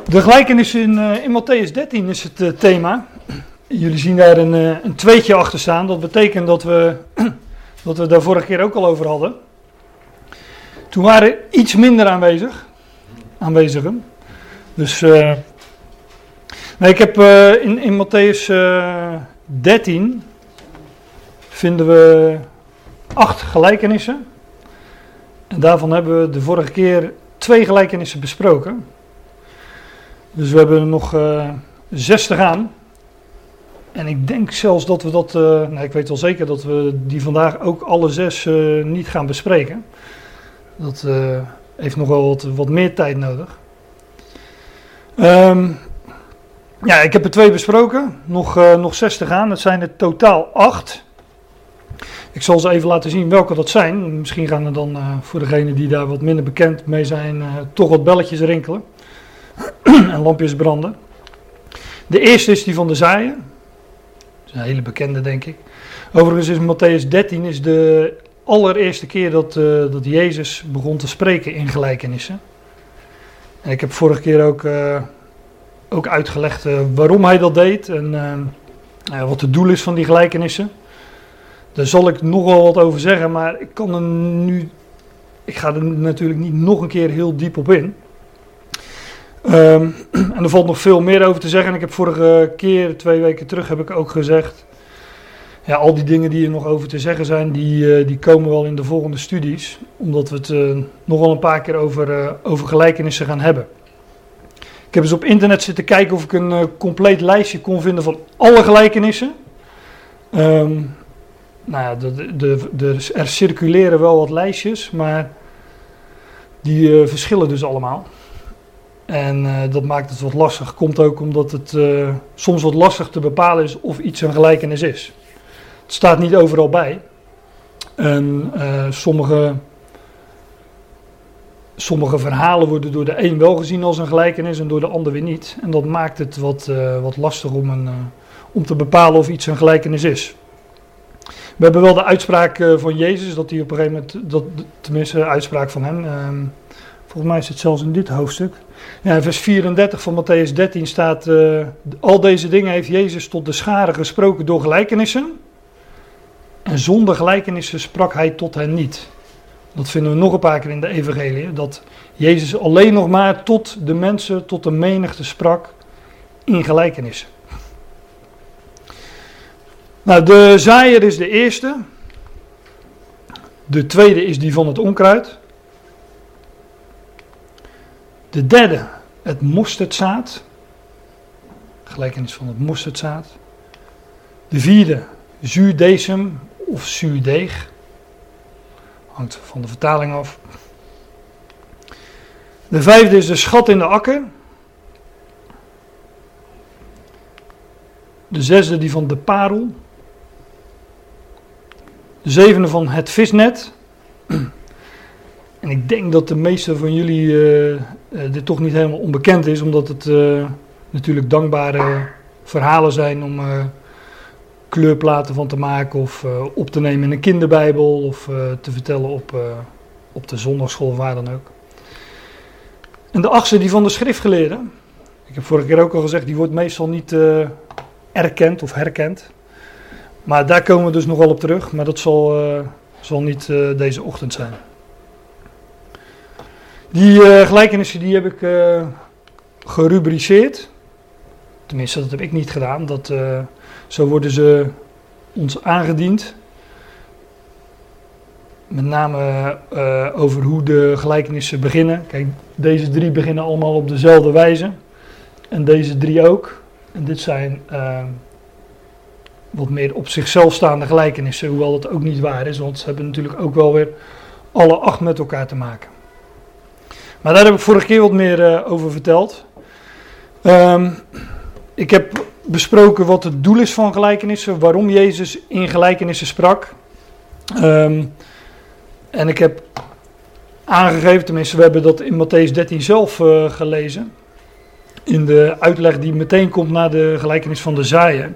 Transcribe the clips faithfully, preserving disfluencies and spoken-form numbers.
De gelijkenis in, uh, in Mattheüs dertien is het uh, thema. Jullie zien daar een, uh, een tweetje achter staan. Dat betekent dat we, dat we daar vorige keer ook al over hadden. Toen waren er iets minder aanwezig, aanwezigen. Dus uh, nee, ik heb uh, in, in Mattheüs uh, dertien vinden we acht gelijkenissen. En daarvan hebben we de vorige keer twee gelijkenissen besproken. Dus we hebben er nog uh, zes te gaan. En ik denk zelfs dat we dat, uh, nou ik weet wel zeker dat we die vandaag ook alle zes uh, niet gaan bespreken. Dat uh, heeft nog wel wat, wat meer tijd nodig. Um, ja, ik heb er twee besproken, nog, uh, nog zes te gaan. Het zijn er totaal acht. Ik zal ze even laten zien welke dat zijn. Misschien gaan er dan uh, voor degenen die daar wat minder bekend mee zijn, uh, toch wat belletjes rinkelen. En lampjes branden. De eerste is die van de zaaien. Dat is een hele bekende, denk ik. Overigens is Mattheüs dertien is de allereerste keer dat, uh, dat Jezus begon te spreken in gelijkenissen. En ik heb vorige keer ook, uh, ook uitgelegd uh, waarom hij dat deed en uh, uh, wat het doel is van die gelijkenissen. Daar zal ik nog wel wat over zeggen, maar ik kan er nu, ik ga er natuurlijk niet nog een keer heel diep op in. Um, en er valt nog veel meer over te zeggen. En ik heb vorige keer, twee weken terug, heb ik ook gezegd, ja, al die dingen die er nog over te zeggen zijn, die, uh, die komen wel in de volgende studies. Omdat we het uh, nog wel een paar keer over, uh, over gelijkenissen gaan hebben. Ik heb eens op internet zitten kijken of ik een uh, compleet lijstje kon vinden van alle gelijkenissen. Um, nou ja, de, de, de, er circuleren wel wat lijstjes, maar die uh, verschillen dus allemaal. En uh, dat maakt het wat lastig. Komt ook omdat het uh, soms wat lastig te bepalen is of iets een gelijkenis is. Het staat niet overal bij. En uh, sommige, sommige verhalen worden door de een wel gezien als een gelijkenis en door de ander weer niet. En dat maakt het wat, uh, wat lastig om, een, uh, om te bepalen of iets een gelijkenis is. We hebben wel de uitspraak uh, van Jezus, dat hij op een gegeven moment, dat, tenminste de uitspraak van hem, uh, volgens mij is het zelfs in dit hoofdstuk. Ja, vers vierendertig van Mattheüs dertien staat, uh, al deze dingen heeft Jezus tot de scharen gesproken door gelijkenissen. En zonder gelijkenissen sprak hij tot hen niet. Dat vinden we nog een paar keer in de evangelie, dat Jezus alleen nog maar tot de mensen, tot de menigte sprak in gelijkenissen. Nou, de zaaier is de eerste. De tweede is die van het onkruid. De derde, het mosterdzaad. Gelijkenis van het mosterdzaad. De vierde, zuurdesem of zuurdeeg. Hangt van de vertaling af. De vijfde is de schat in de akker. De zesde die van de parel. De zevende van het visnet. En ik denk dat de meeste van jullie uh, uh, dit toch niet helemaal onbekend is, omdat het uh, natuurlijk dankbare verhalen zijn om uh, kleurplaten van te maken of uh, op te nemen in een kinderbijbel of uh, te vertellen op, uh, op de zondagschool of waar dan ook. En de achtste die van de schriftgeleerden. Ik heb vorige keer ook al gezegd, die wordt meestal niet uh, erkend of herkend. Maar daar komen we dus nog wel op terug, maar dat zal, uh, zal niet uh, deze ochtend zijn. Die uh, gelijkenissen die heb ik uh, gerubriceerd. Tenminste, dat heb ik niet gedaan. Dat, uh, zo worden ze ons aangediend. Met name uh, over hoe de gelijkenissen beginnen. Kijk, deze drie beginnen allemaal op dezelfde wijze. En deze drie ook. En dit zijn uh, wat meer op zichzelf staande gelijkenissen. Hoewel dat ook niet waar is. Want ze hebben natuurlijk ook wel weer alle acht met elkaar te maken. Maar daar heb ik vorige keer wat meer uh, over verteld. Um, ik heb besproken wat het doel is van gelijkenissen. Waarom Jezus in gelijkenissen sprak. Um, en ik heb aangegeven, tenminste we hebben dat in Mattheüs dertien zelf uh, gelezen. In de uitleg die meteen komt na de gelijkenis van de zaaier.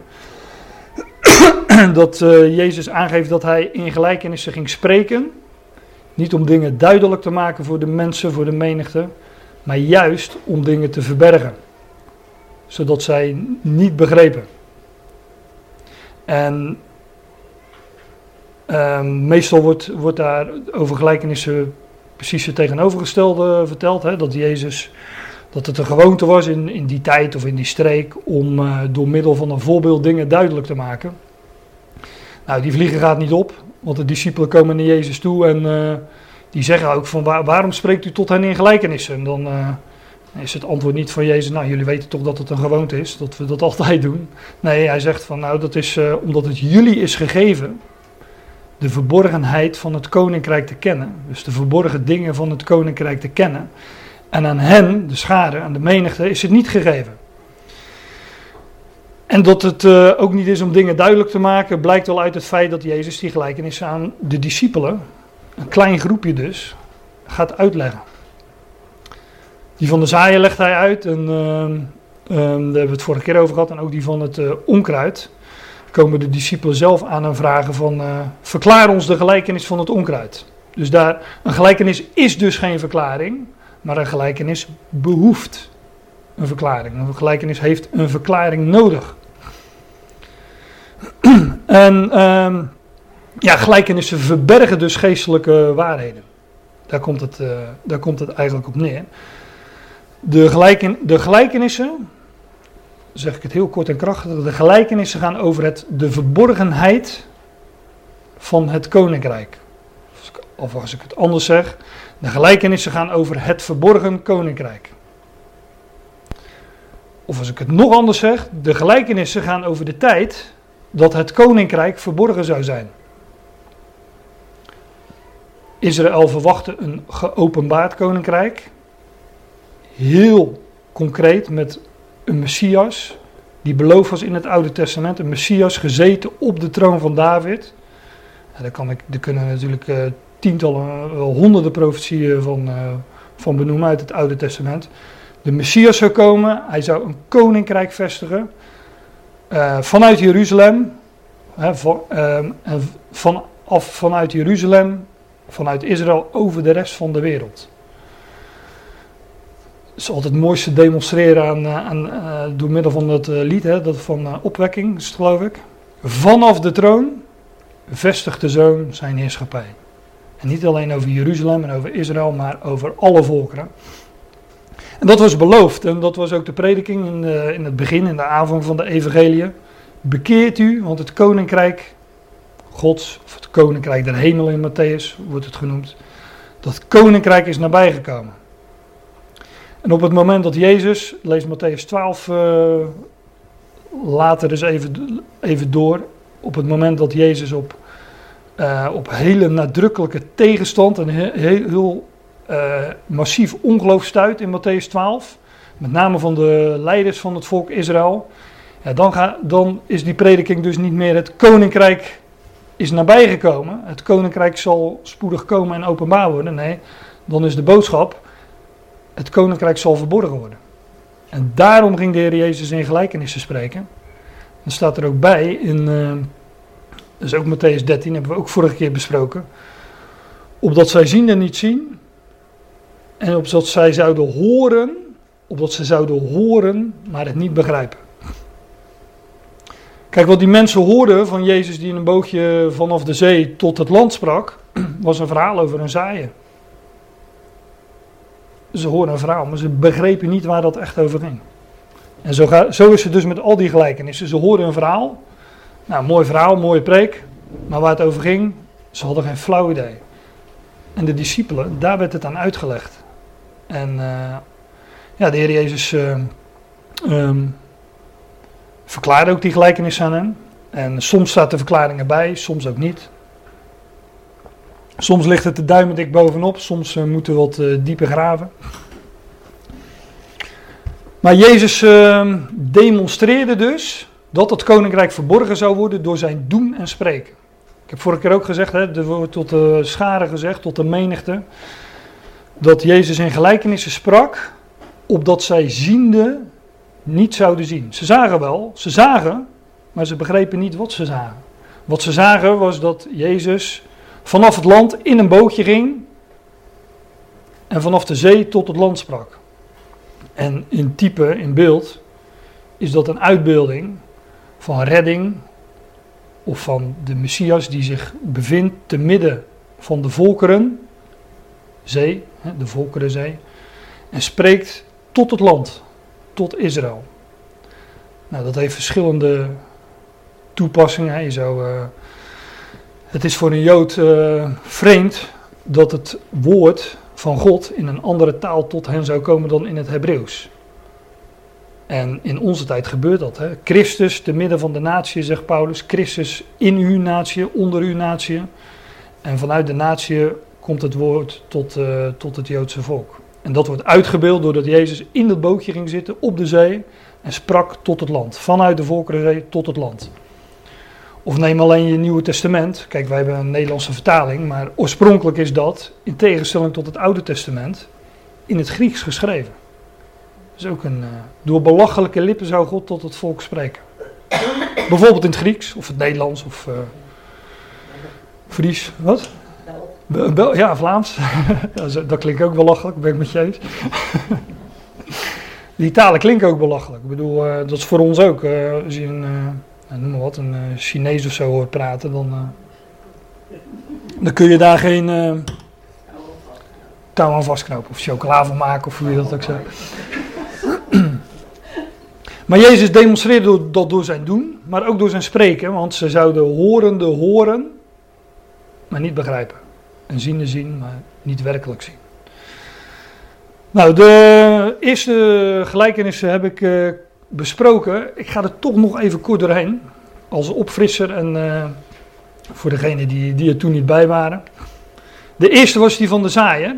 Dat uh, Jezus aangeeft dat hij in gelijkenissen ging spreken. Niet om dingen duidelijk te maken voor de mensen, voor de menigte. maar juist om dingen te verbergen, zodat zij niet begrepen. En uh, meestal wordt, wordt daar over gelijkenissen precies het tegenovergestelde verteld, hè? Dat Jezus, dat het een gewoonte was in, in die tijd of in die streek om uh, door middel van een voorbeeld dingen duidelijk te maken. Nou, die vliegen gaat niet op, want de discipelen komen naar Jezus toe en uh, die zeggen ook van waar, waarom spreekt u tot hen in gelijkenissen? En dan uh, is het antwoord niet van Jezus, nou jullie weten toch dat het een gewoonte is, dat we dat altijd doen. Nee, hij zegt van nou dat is uh, omdat het jullie is gegeven de verborgenheid van het koninkrijk te kennen. Dus de verborgen dingen van het koninkrijk te kennen. En aan hen, de schare, aan de menigte, is het niet gegeven. En dat het uh, ook niet is om dingen duidelijk te maken, blijkt wel uit het feit dat Jezus die gelijkenissen aan de discipelen, een klein groepje dus, gaat uitleggen. Die van de zaaien legt hij uit, en uh, um, daar hebben we het vorige keer over gehad, en ook die van het uh, onkruid. Komen de discipelen zelf aan en vragen van, uh, verklaar ons de gelijkenis van het onkruid. Dus daar, een gelijkenis is dus geen verklaring, maar een gelijkenis behoeft een verklaring. Een gelijkenis heeft een verklaring nodig. En um, ja, gelijkenissen verbergen dus geestelijke waarheden. Daar komt het, uh, daar komt het eigenlijk op neer. De, gelijken, de gelijkenissen, zeg ik het heel kort en krachtig, de gelijkenissen gaan over het, de verborgenheid van het koninkrijk. Of als ik het anders zeg, de gelijkenissen gaan over het verborgen koninkrijk. Of als ik het nog anders zeg, de gelijkenissen gaan over de tijd dat het koninkrijk verborgen zou zijn. Israël verwachtte een geopenbaard koninkrijk. Heel concreet met een Messias, die beloofd was in het Oude Testament. Een Messias gezeten op de troon van David. En daar, kan ik, daar kunnen natuurlijk uh, tientallen, uh, honderden profetieën van, uh, van benoemen uit het Oude Testament. De Messias zou komen, hij zou een koninkrijk vestigen. Uh, vanuit Jeruzalem. Hè, van, uh, en vanaf vanuit Jeruzalem, vanuit Israël, over de rest van de wereld. Het is altijd het mooiste demonstreren aan, aan, uh, door middel van dat uh, lied, hè, dat van uh, opwekking, is het, geloof ik. Vanaf de troon vestigt de Zoon zijn heerschappij. En niet alleen over Jeruzalem en over Israël, maar over alle volkeren. En dat was beloofd. En dat was ook de prediking in, uh, in het begin, in de avond van de evangelie. Bekeert u, want het koninkrijk Gods, of het koninkrijk der hemel in Matthäus wordt het genoemd. Dat koninkrijk is nabijgekomen. En op het moment dat Jezus, lees Matthäus twaalf uh, later dus even, even door. Op het moment dat Jezus op, uh, op hele nadrukkelijke tegenstand en heel, heel uh, massief ongeloof stuit in Matthäus twaalf. Met name van de leiders van het volk Israël. Ja, dan, ga, dan is die prediking dus niet meer het koninkrijk is nabijgekomen. Het koninkrijk zal spoedig komen en openbaar worden. Nee, dan is de boodschap, het koninkrijk zal verborgen worden. En daarom ging de Heer Jezus in gelijkenissen spreken. Dan staat er ook bij, in, uh, dat is ook Matthäus dertien, hebben we ook vorige keer besproken. Opdat zij zien en niet zien. En opdat zij zouden horen, opdat ze zouden horen, maar het niet begrijpen. Kijk, wat die mensen hoorden van Jezus die in een bootje vanaf de zee tot het land sprak, was een verhaal over een zaaien. Ze hoorden een verhaal, maar ze begrepen niet waar dat echt over ging. En zo, ga, zo is het dus met al die gelijkenissen. Ze hoorden een verhaal, nou, mooi verhaal, mooie preek, maar waar het over ging, ze hadden geen flauw idee. En de discipelen, daar werd het aan uitgelegd. En uh, ja, de Heer Jezus uh, um, verklaarde ook die gelijkenissen aan hen. En soms staat de verklaring erbij, soms ook niet. Soms ligt het de duimen dik bovenop, soms uh, moeten we wat uh, dieper graven. Maar Jezus uh, demonstreerde dus dat het koninkrijk verborgen zou worden door zijn doen en spreken. Ik heb vorige keer ook gezegd, hè, er wordt tot de schare gezegd, tot de menigte, dat Jezus in gelijkenissen sprak, opdat zij ziende niet zouden zien. Ze zagen wel, ze zagen, maar ze begrepen niet wat ze zagen. Wat ze zagen was dat Jezus vanaf het land in een bootje ging en vanaf de zee tot het land sprak. En in type, in beeld, is dat een uitbeelding van redding of van de Messias die zich bevindt te midden van de volkeren, zee, de volkerenzee, en spreekt tot het land, tot Israël. Nou, dat heeft verschillende toepassingen. Je zou, uh, het is voor een Jood uh, vreemd dat het woord van God in een andere taal tot hen zou komen dan in het Hebreeuws. En in onze tijd gebeurt dat. Hè? Christus te midden van de natie, zegt Paulus. Christus in uw natie, onder uw natie. En vanuit de natie komt het woord tot, uh, tot het Joodse volk. En dat wordt uitgebeeld doordat Jezus in dat bootje ging zitten op de zee en sprak tot het land. Vanuit de volkerenzee tot het land. Of neem alleen je Nieuwe Testament. Kijk, wij hebben een Nederlandse vertaling, maar oorspronkelijk is dat, in tegenstelling tot het Oude Testament, in het Grieks geschreven. Dat is ook een, uh, door belachelijke lippen zou God tot het volk spreken. Bijvoorbeeld in het Grieks, of het Nederlands, of uh, Fries, wat? Bel. Bel, ja, Vlaams. Dat klinkt ook belachelijk, ben ik met je eens. Die talen klinken ook belachelijk. Ik bedoel, uh, dat is voor ons ook. Uh, als je een, uh, noem maar wat, een uh, Chinees of zo hoort praten, dan, uh, dan kun je daar geen uh, touw aan vastknopen. Of chocola van maken, of hoe je dat ook zegt. Maar Jezus demonstreerde dat door zijn doen, maar ook door zijn spreken. Want ze zouden horende horen, maar niet begrijpen. En ziende zien, maar niet werkelijk zien. Nou, de eerste gelijkenissen heb ik uh, besproken. Ik ga er toch nog even kort doorheen. Als opfrisser en uh, voor degenen die, die er toen niet bij waren. De eerste was die van de zaaier.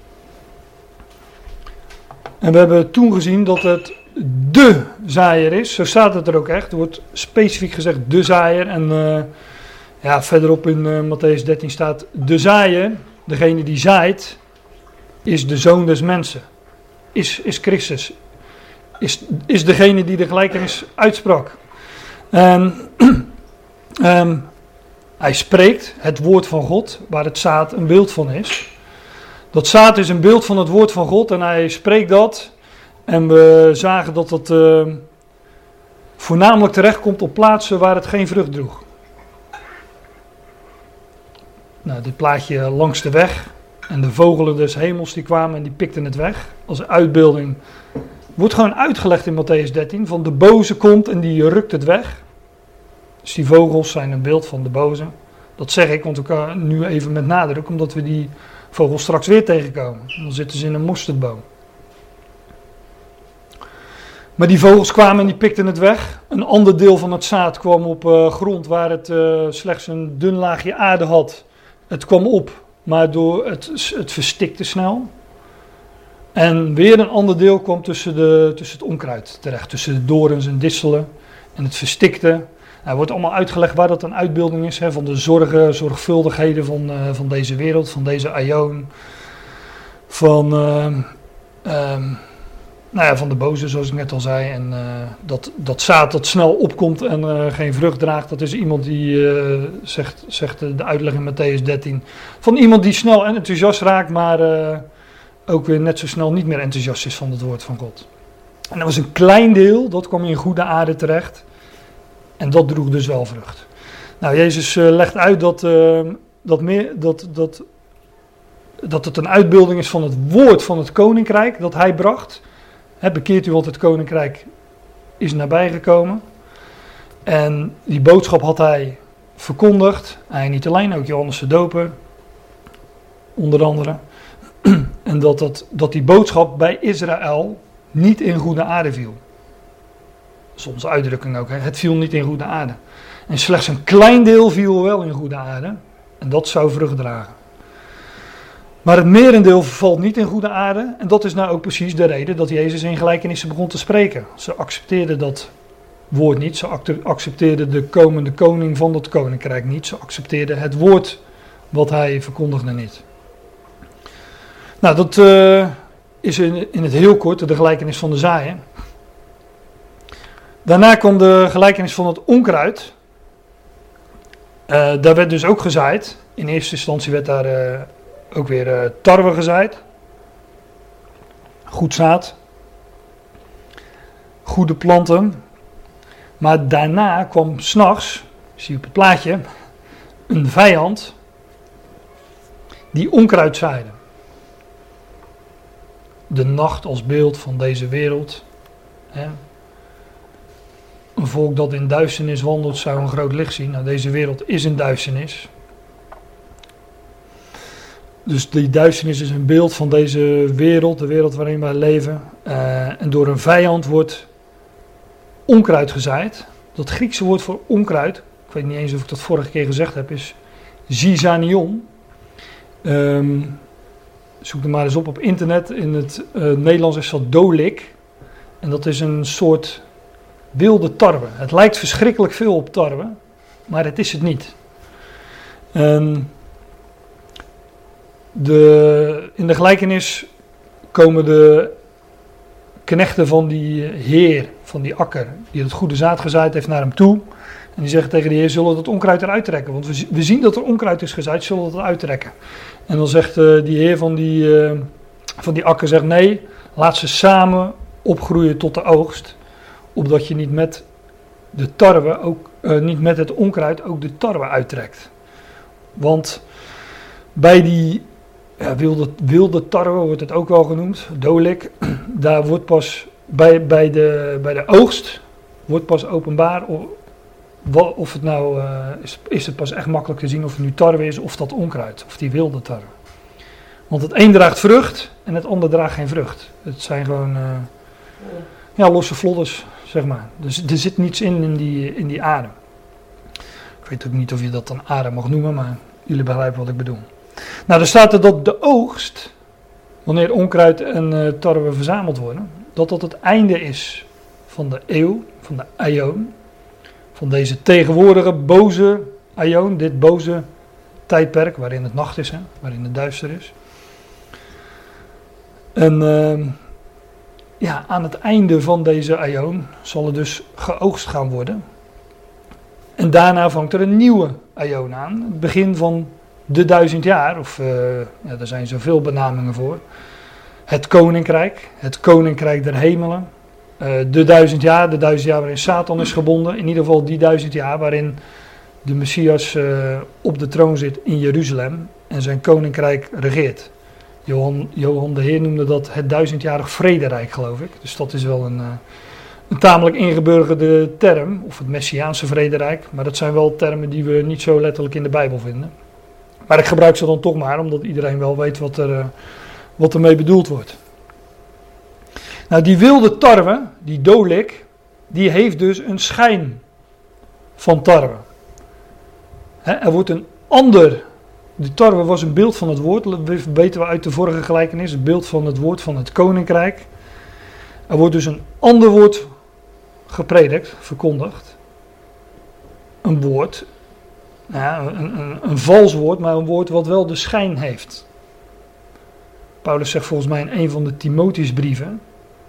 En we hebben toen gezien dat het de zaaier is. Zo staat het er ook echt. Er wordt specifiek gezegd de zaaier. En uh, ja, verderop in uh, Mattheüs dertien staat de zaaier. Degene die zaait is de zoon des mensen. Is, is Christus. Is, is degene die de gelijkenis uitsprak. En um, hij spreekt het woord van God, waar het zaad een beeld van is. Dat zaad is een beeld van het woord van God en hij spreekt dat. En we zagen dat het uh, voornamelijk terechtkomt op plaatsen waar het geen vrucht droeg. Nou, dit plaatje langs de weg. En de vogelen des hemels die kwamen en die pikten het weg. Als een uitbeelding. Wordt gewoon uitgelegd in Mattheüs dertien. Van de boze komt en die rukt het weg. Dus die vogels zijn een beeld van de boze. Dat zeg ik, want ik kan nu even met nadruk. Omdat we die vogels straks weer tegenkomen. Dan zitten ze in een mosterdboom. Maar die vogels kwamen en die pikten het weg. Een ander deel van het zaad kwam op uh, grond waar het uh, slechts een dun laagje aarde had. Het kwam op, maar door het, het verstikte snel. En weer een ander deel kwam tussen, de, tussen het onkruid terecht. Tussen de dorens en disselen. En het verstikte. Er wordt allemaal uitgelegd waar dat een uitbeelding is. Hè, van de zorgen, zorgvuldigheden van, uh, van deze wereld. Van deze aion. Van... Uh, um, Nou ja, van de boze, zoals ik net al zei. En uh, dat, dat zaad dat snel opkomt en uh, geen vrucht draagt. Dat is iemand die, uh, zegt, zegt de uitleg in Mattheüs dertien. Van iemand die snel en enthousiast raakt, maar uh, ook weer net zo snel niet meer enthousiast is van het woord van God. En dat was een klein deel, dat kwam in goede aarde terecht. En dat droeg dus wel vrucht. Nou, Jezus uh, legt uit dat, uh, dat, meer, dat, dat, dat het een uitbeelding is van het woord van het koninkrijk dat hij bracht. He, bekeert u, want het koninkrijk is nabijgekomen. En die boodschap had hij verkondigd. Hij niet alleen, ook Johannes de Doper. Onder andere. En dat, dat, dat die boodschap bij Israël niet in goede aarde viel. Dat is onze uitdrukking ook. He. Het viel niet in goede aarde. En slechts een klein deel viel wel in goede aarde. En dat zou vrucht dragen. Maar het merendeel valt niet in goede aarde. En dat is nou ook precies de reden dat Jezus in gelijkenissen begon te spreken. Ze accepteerden dat woord niet. Ze accepteerden de komende koning van dat koninkrijk niet. Ze accepteerden het woord wat hij verkondigde niet. Nou, dat uh, is in, in het heel kort de gelijkenis van de zaaier. Daarna kwam de gelijkenis van het onkruid. Uh, daar werd dus ook gezaaid. In eerste instantie werd daar... Uh, Ook weer uh, tarwe gezaaid. Goed zaad. goede planten. Maar daarna kwam 's nachts, zie je op het plaatje, een vijand die onkruid zaaide. De nacht als beeld van deze wereld. Hè. Een volk dat in duisternis wandelt zou een groot licht zien. Nou, deze wereld is in duisternis. Dus die duisternis is een beeld van deze wereld, de wereld waarin wij leven. Uh, en door een vijand wordt onkruid gezaaid. Dat Griekse woord voor onkruid, ik weet niet eens of ik dat vorige keer gezegd heb, is zizanion. Um, zoek er maar eens op op internet. In het uh, Nederlands is dat dolik. En dat is een soort wilde tarwe. Het lijkt verschrikkelijk veel op tarwe, maar het is het niet. Um, de, in de gelijkenis komen de knechten van die heer, van die akker, die het goede zaad gezaaid heeft, naar hem toe. En die zeggen tegen de heer, zullen we dat onkruid eruit trekken? Want we, we zien dat er onkruid is gezaaid, zullen we dat uittrekken? En dan zegt uh, die heer van die, uh, van die akker, zegt nee, laat ze samen opgroeien tot de oogst. Opdat je niet met de tarwe, ook, uh, niet met het onkruid, ook de tarwe uittrekt. Want bij die ja, wilde, wilde tarwe wordt het ook wel genoemd, dolik, daar wordt pas bij, bij, de, bij de oogst, wordt pas openbaar of, of het nou, uh, is, is het pas echt makkelijk te zien of het nu tarwe is of dat onkruid, of die wilde tarwe. Want het een draagt vrucht en het ander draagt geen vrucht. Het zijn gewoon uh, ja, losse vlodders, zeg maar. Dus er zit niets in in die, in die adem. Ik weet ook niet of je dat dan adem mag noemen, maar jullie begrijpen wat ik bedoel. Nou, er staat er dat de oogst, wanneer onkruid en uh, tarwe verzameld worden, dat dat het einde is van de eeuw, van de aion, van deze tegenwoordige boze aion, dit boze tijdperk waarin het nacht is, hè, waarin het duister is. En uh, ja, aan het einde van deze aion zal er dus geoogst gaan worden. En daarna vangt er een nieuwe aion aan, het begin van de duizend jaar, of uh, ja, er zijn zoveel benamingen voor. Het koninkrijk, het koninkrijk der hemelen. Uh, de duizend jaar, de duizend jaar waarin Satan is gebonden. In ieder geval die duizend jaar waarin de Messias uh, op de troon zit in Jeruzalem en zijn koninkrijk regeert. Johan, Johan de Heer noemde dat het duizendjarig vrederijk, geloof ik. Dus dat is wel een, uh, een tamelijk ingeburgerde term, of het Messiaanse vrederijk. Maar dat zijn wel termen die we niet zo letterlijk in de Bijbel vinden. Maar ik gebruik ze dan toch maar, omdat iedereen wel weet wat er, uh, wat ermee bedoeld wordt. Nou, die wilde tarwe, die dolik, die heeft dus een schijn van tarwe. He, er wordt een ander, de tarwe was een beeld van het woord, dat weten we uit de vorige gelijkenis, het beeld van het woord van het koninkrijk. Er wordt dus een ander woord gepredikt, verkondigd. Een woord, ja, een, een, een vals woord, maar een woord wat wel de schijn heeft. Paulus zegt volgens mij in een van de Timotheusbrieven,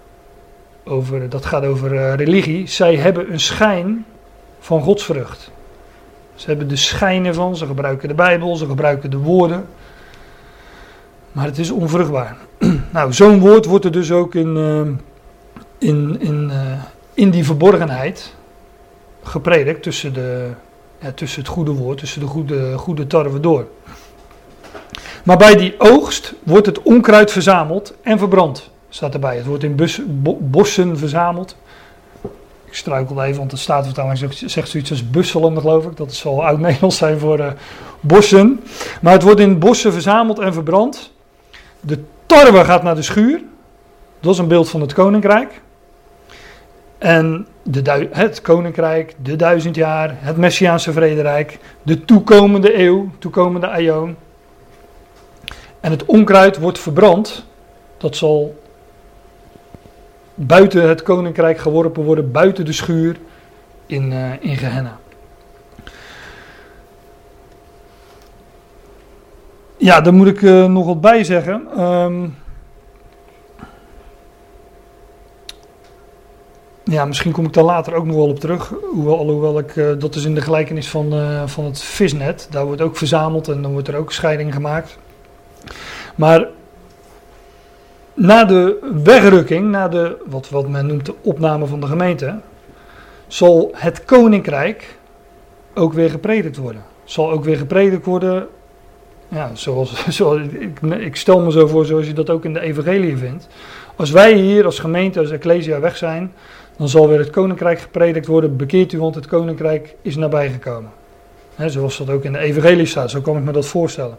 over, dat gaat over uh, religie, zij hebben een schijn van godsvrucht. Ze hebben de schijn ervan, ze gebruiken de Bijbel, ze gebruiken de woorden, maar het is onvruchtbaar. Nou, zo'n woord wordt er dus ook in, uh, in, in, uh, in die verborgenheid gepredikt tussen, de, ja, tussen het goede woord, tussen de goede, goede tarwe door. Maar bij die oogst wordt het onkruid verzameld en verbrand, staat erbij. Het wordt in bus, bo, bossen verzameld. Ik struikel even, want de Statenvertaling zegt, zegt zoiets als busselen, geloof ik. Dat zal oud-Nederlands zijn voor uh, bossen. Maar het wordt in bossen verzameld en verbrand. De tarwe gaat naar de schuur. Dat is een beeld van het koninkrijk. En de, het koninkrijk, de duizend jaar, het Messiaanse vrederijk, de toekomende eeuw, toekomende aion. En het onkruid wordt verbrand. Dat zal buiten het koninkrijk geworpen worden, buiten de schuur in, uh, in Gehenna. Ja, daar moet ik uh, nog wat bij zeggen. Um, ja, misschien kom ik daar later ook nog wel op terug. Hoewel, alhoewel ik, uh, dat is in de gelijkenis van, uh, van het visnet. Daar wordt ook verzameld en dan wordt er ook scheiding gemaakt. Maar na de wegrukking, na de, wat, wat men noemt de opname van de gemeente, zal het koninkrijk ook weer gepredikt worden. Zal ook weer gepredikt worden, ja, zoals, zoals ik, ik stel me zo voor, zoals je dat ook in de evangelie vindt. Als wij hier als gemeente, als Ecclesia weg zijn, dan zal weer het koninkrijk gepredikt worden. Bekeert u, want het koninkrijk is nabijgekomen. He, zoals dat ook in de evangelie staat, zo kan ik me dat voorstellen.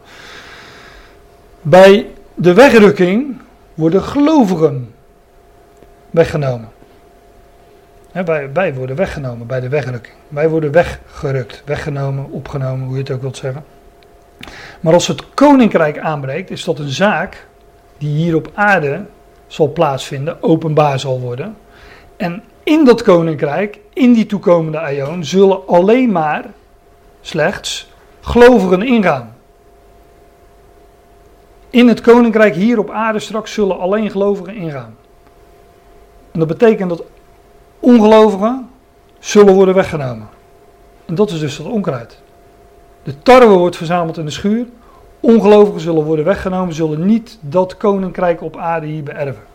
Bij de wegrukking worden gelovigen weggenomen. He, wij, wij worden weggenomen bij de wegrukking. Wij worden weggerukt, weggenomen, opgenomen, hoe je het ook wilt zeggen. Maar als het koninkrijk aanbreekt, is dat een zaak die hier op aarde zal plaatsvinden, openbaar zal worden. En in dat koninkrijk, in die toekomende aion, zullen alleen maar slechts gelovigen ingaan. In het koninkrijk hier op aarde straks zullen alleen gelovigen ingaan. En dat betekent dat ongelovigen zullen worden weggenomen. En dat is dus dat onkruid. De tarwe wordt verzameld in de schuur. Ongelovigen zullen worden weggenomen, zullen niet dat koninkrijk op aarde hier beërven.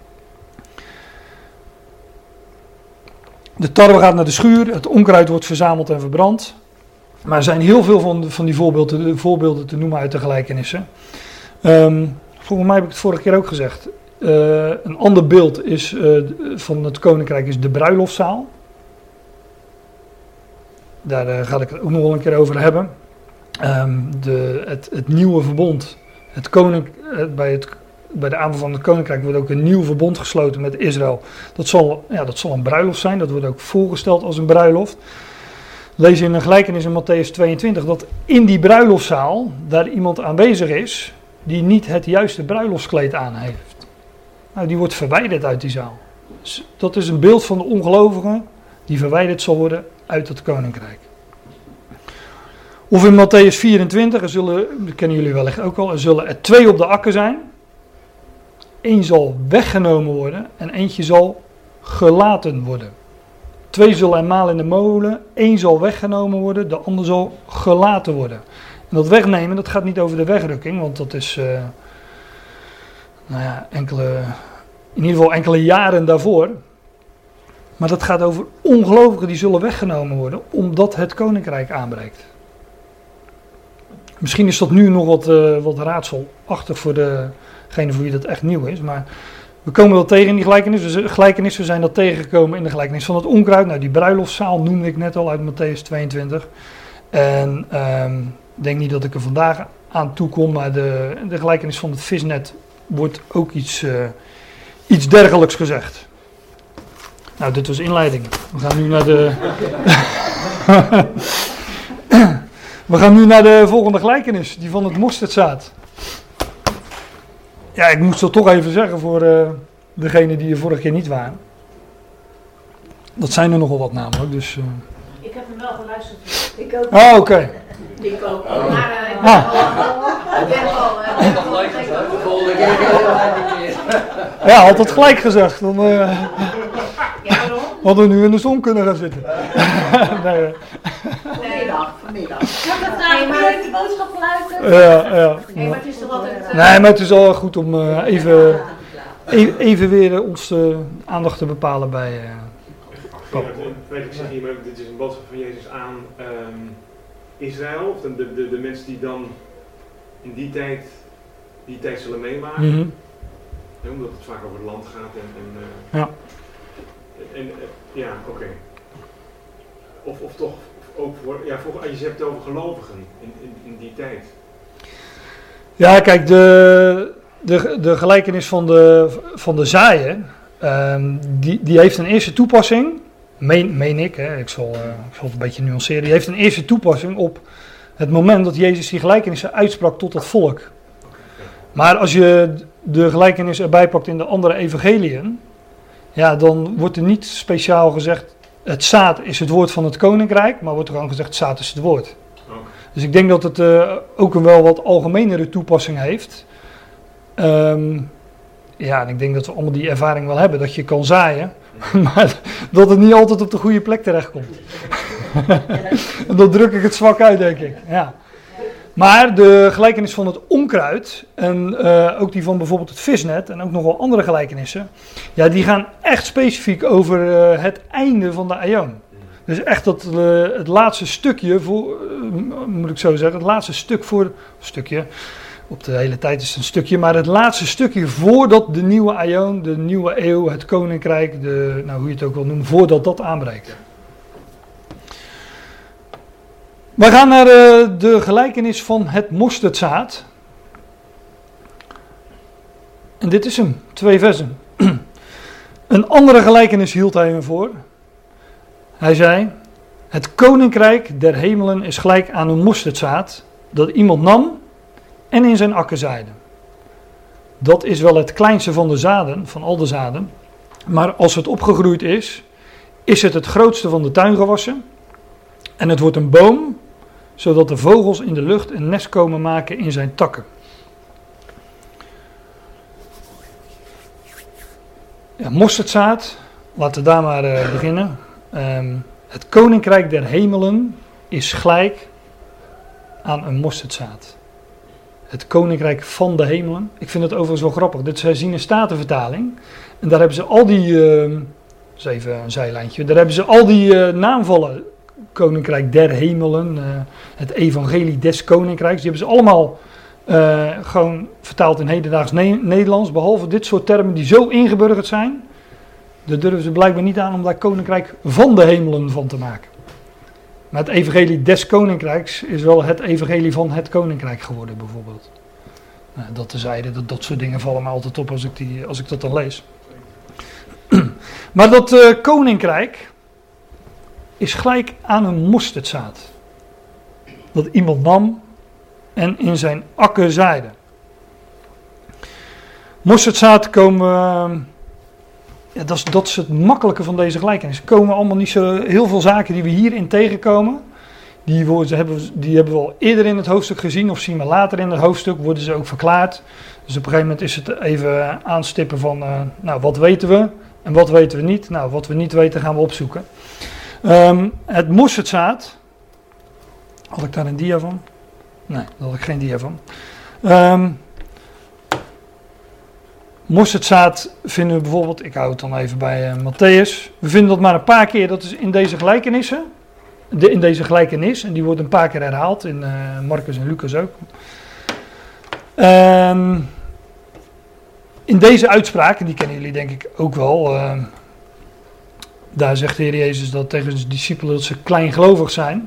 De tarwe gaat naar de schuur, het onkruid wordt verzameld en verbrand. Maar er zijn heel veel van, van die voorbeelden, voorbeelden te noemen uit de gelijkenissen. Um, volgens mij heb ik het vorige keer ook gezegd. Uh, een ander beeld is, uh, van het koninkrijk is de bruiloftzaal. Daar uh, ga ik het ook nog wel een keer over hebben. Um, de, het, het nieuwe verbond. Het koning, uh, bij, het, bij de aanvang van het koninkrijk wordt ook een nieuw verbond gesloten met Israël. Dat zal, ja, dat zal een bruiloft zijn. Dat wordt ook voorgesteld als een bruiloft. Lees in een gelijkenis in Matthäus tweeëntwintig dat in die bruiloftzaal daar iemand aanwezig is die niet het juiste bruiloftskleed aan heeft. Nou, die wordt verwijderd uit die zaal. Dus dat is een beeld van de ongelovigen die verwijderd zal worden uit het koninkrijk. Of in Matthäus vierentwintig, er zullen, dat kennen jullie wellicht ook al, er zullen er twee op de akker zijn. Eén zal weggenomen worden en eentje zal gelaten worden. Twee zullen er malen in de molen, één zal weggenomen worden, de ander zal gelaten worden. En dat wegnemen, dat gaat niet over de wegrukking, want dat is uh, nou ja, enkele, in ieder geval enkele jaren daarvoor. Maar dat gaat over ongelovigen die zullen weggenomen worden, omdat het koninkrijk aanbreekt. Misschien is dat nu nog wat, uh, wat raadselachtig voor degene voor wie dat echt nieuw is, maar we komen wel tegen in die gelijkenis. We, gelijkenis, we zijn dat tegengekomen in de gelijkenis van het onkruid. Nou, die bruiloftszaal noemde ik net al uit Matthäus tweeëntwintig. En um, ik denk niet dat ik er vandaag aan toe kom, maar de, de gelijkenis van het visnet wordt ook iets, uh, iets dergelijks gezegd. Nou, dit was inleiding. We gaan nu naar de... We gaan nu naar de volgende gelijkenis, die van het mosterdzaad. Ja, ik moest dat toch even zeggen voor uh, degenen die er vorige keer niet waren. Dat zijn er nogal wat namelijk, dus... Uh... Ik heb hem wel geluisterd. Ik ook. Oh, oké. Okay. Ik ook. Maar uh, ik ben ah. al... Ik ben al... Uh, ik ben al de volgende keer. Ja, had het gelijk gezegd. Dan uh, ja, waarom? hadden we nu in de zon kunnen gaan zitten. Nee. Vanmiddag, vanmiddag. Ik heb het daar nooit de boodschap geluisterd. Ja, ja. Nee, maar het is toch altijd... Uh... Nee, maar het is al goed om uh, even, even, even weer uh, ons uh, aandacht te bepalen bij... Uh, Weet ik zeg hier, maar dit is een boodschap van Jezus aan um, Israël, of de, de, de mensen die dan in die tijd, die tijd zullen meemaken. Mm-hmm. Ja, omdat het vaak over het land gaat en... en uh, ja. En, en, ja, oké. Okay. Of, of toch ook voor, ja, voor, als je het hebt over gelovigen in, in, in die tijd. Ja, kijk, de, de, de gelijkenis van de, van de zaaien, um, die, die heeft een eerste toepassing, meen, meen ik, hè, ik, zal, uh, ik zal het een beetje nuanceren, die heeft een eerste toepassing op het moment dat Jezus die gelijkenissen uitsprak tot het volk. Maar als je de gelijkenis erbij pakt in de andere evangeliën, ja, dan wordt er niet speciaal gezegd, het zaad is het woord van het koninkrijk, maar wordt er gewoon gezegd, het zaad is het woord. Okay. Dus ik denk dat het uh, ook een wel wat algemenere toepassing heeft. Um, ja, en ik denk dat we allemaal die ervaring wel hebben, dat je kan zaaien, maar dat het niet altijd op de goede plek terechtkomt. Dan druk ik het zwak uit, denk ik. Ja. Maar de gelijkenis van het onkruid en uh, ook die van bijvoorbeeld het visnet en ook nog wel andere gelijkenissen, ja, die gaan echt specifiek over uh, het einde van de aion. Dus echt dat, uh, het laatste stukje, voor, uh, moet ik zo zeggen, het laatste stuk voor, stukje, op de hele tijd is het een stukje, maar het laatste stukje voordat de nieuwe aion, de nieuwe eeuw, het koninkrijk, de, nou, hoe je het ook wil noemen, voordat dat aanbreekt. We gaan naar uh, de gelijkenis van het mosterdzaad. En dit is hem, twee versen. Een andere gelijkenis hield hij hem voor. Hij zei, het koninkrijk der hemelen is gelijk aan een mosterdzaad, dat iemand nam en in zijn akker zaaide. Dat is wel het kleinste van de zaden, van al de zaden, maar als het opgegroeid is, is het het grootste van de tuingewassen. En het wordt een boom, zodat de vogels in de lucht een nest komen maken in zijn takken. Ja, mosterdzaad, laten we daar maar uh, beginnen. Um, het koninkrijk der hemelen is gelijk aan een mosterdzaad. Het koninkrijk van de hemelen. Ik vind het overigens wel grappig. Dit is herziene statenvertaling. En daar hebben ze al die, uh, dat is even een zijlijntje, daar hebben ze al die uh, naamvallen. Koninkrijk der hemelen, uh, het evangelie des koninkrijks. Die hebben ze allemaal uh, gewoon vertaald in hedendaags ne- Nederlands. Behalve dit soort termen die zo ingeburgerd zijn. Daar durven ze blijkbaar niet aan om daar koninkrijk van de hemelen van te maken. Maar het evangelie des koninkrijks is wel het evangelie van het koninkrijk geworden bijvoorbeeld. Nou, dat tezijde, dat, dat soort dingen vallen me altijd op als ik, die, als ik dat dan lees. Maar dat uh, koninkrijk is gelijk aan een mosterdzaad. Dat iemand nam en in zijn akker zaaide. Mosterdzaad komen, uh, ja, dat, is, dat is het makkelijke van deze gelijkenis. Er komen allemaal niet zo heel veel zaken die we hierin tegenkomen. Die, worden, hebben, die hebben we al eerder in het hoofdstuk gezien of zien we later in het hoofdstuk, worden ze ook verklaard. Dus op een gegeven moment is het even aanstippen van, uh, nou wat weten we en wat weten we niet. Nou wat we niet weten gaan we opzoeken. Um, het mosterdzaad, had ik daar een dia van? Nee, daar had ik geen dia van. Um, mosterdzaad vinden we bijvoorbeeld, ik hou het dan even bij uh, Matthäus. We vinden dat maar een paar keer, dat is in deze gelijkenissen. De, in deze gelijkenis, en die wordt een paar keer herhaald, in uh, Marcus en Lucas ook. Um, in deze uitspraak, en die kennen jullie denk ik ook wel, uh, daar zegt de Heer Jezus dat tegen zijn discipelen dat ze kleingelovig zijn.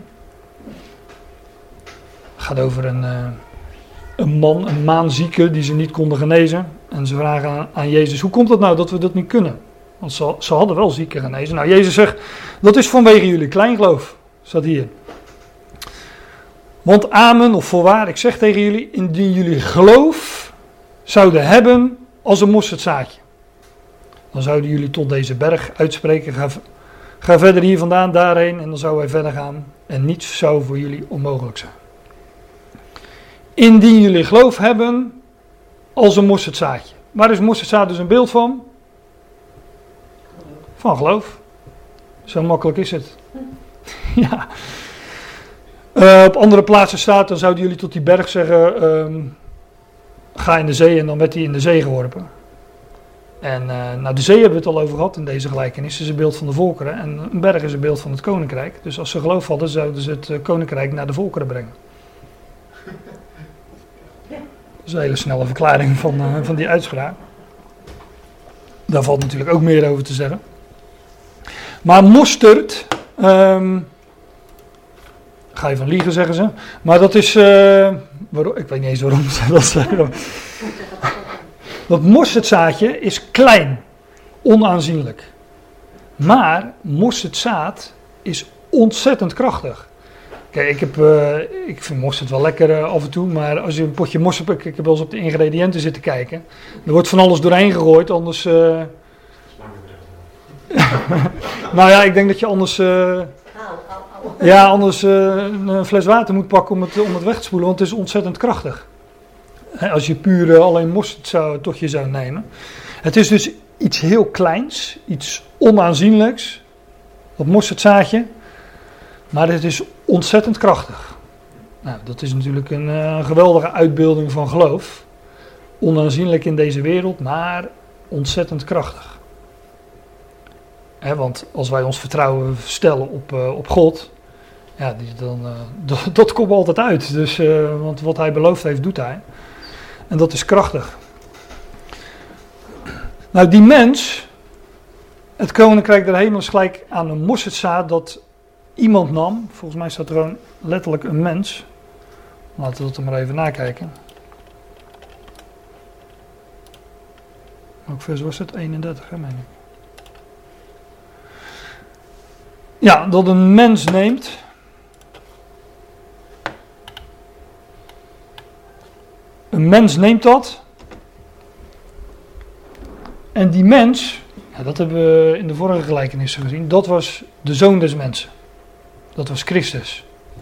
Het gaat over een, uh, een man, een maanzieke die ze niet konden genezen. En ze vragen aan, aan Jezus, hoe komt het nou dat we dat niet kunnen? Want ze, ze hadden wel zieken genezen. Nou, Jezus zegt, dat is vanwege jullie kleingeloof. Staat hier. Want amen, of voorwaar, ik zeg tegen jullie, indien jullie geloof zouden hebben als een mosterdzaadje, dan zouden jullie tot deze berg uitspreken, ga, ga verder hier vandaan, daarheen, en dan zouden wij verder gaan. En niets zou voor jullie onmogelijk zijn. Indien jullie geloof hebben als een mosterdzaadje. Waar is mosterdzaad dus een beeld van? Van geloof. Zo makkelijk is het. Ja. Uh, op andere plaatsen staat, dan zouden jullie tot die berg zeggen, um, ga in de zee, en dan werd hij in de zee geworpen. En uh, nou, de zee hebben we het al over gehad in deze gelijkenis. Het is een beeld van de volkeren en een berg is een beeld van het koninkrijk. Dus als ze geloof hadden, zouden ze het uh, koninkrijk naar de volkeren brengen. Dat is een hele snelle verklaring van, uh, van die uitspraak. Daar valt natuurlijk ook meer over te zeggen. Maar mosterd, um, ga je van liegen zeggen ze, maar dat is, uh, waarom, ik weet niet eens waarom ze dat zeggen. Dat mosterdzaadje is klein, onaanzienlijk. Maar mosterdzaad is ontzettend krachtig. Kijk, ik, heb, uh, ik vind mosterd wel lekker uh, af en toe, maar als je een potje mosterd, ik, ik heb wel eens op de ingrediënten zitten kijken. Er wordt van alles doorheen gegooid, anders... Uh, nou ja, ik denk dat je anders... Uh, ja, anders uh, een fles water moet pakken om het, om het weg te spoelen, want het is ontzettend krachtig. Als je puur uh, alleen mosterd zou, tot je zou nemen. Het is dus iets heel kleins, iets onaanzienlijks, dat mosterdzaadje, maar het is ontzettend krachtig. Nou, dat is natuurlijk een uh, geweldige uitbeelding van geloof. Onaanzienlijk in deze wereld, maar ontzettend krachtig. Hè, want als wij ons vertrouwen stellen op, uh, op God, ja, die, dan, uh, dat, dat komt altijd uit. Dus, uh, want wat hij beloofd heeft, doet hij. En dat is krachtig. Nou, die mens, het koninkrijk der hemelen is gelijk aan een mosterdzaad dat iemand nam. Volgens mij staat er gewoon letterlijk een mens. Laten we dat er maar even nakijken. Welk vers was het? eenendertig, hè, meen ik. Ja, dat een mens neemt. Een mens neemt dat. En die mens, ja, dat hebben we in de vorige gelijkenissen gezien, dat was de zoon des mensen. Dat was Christus.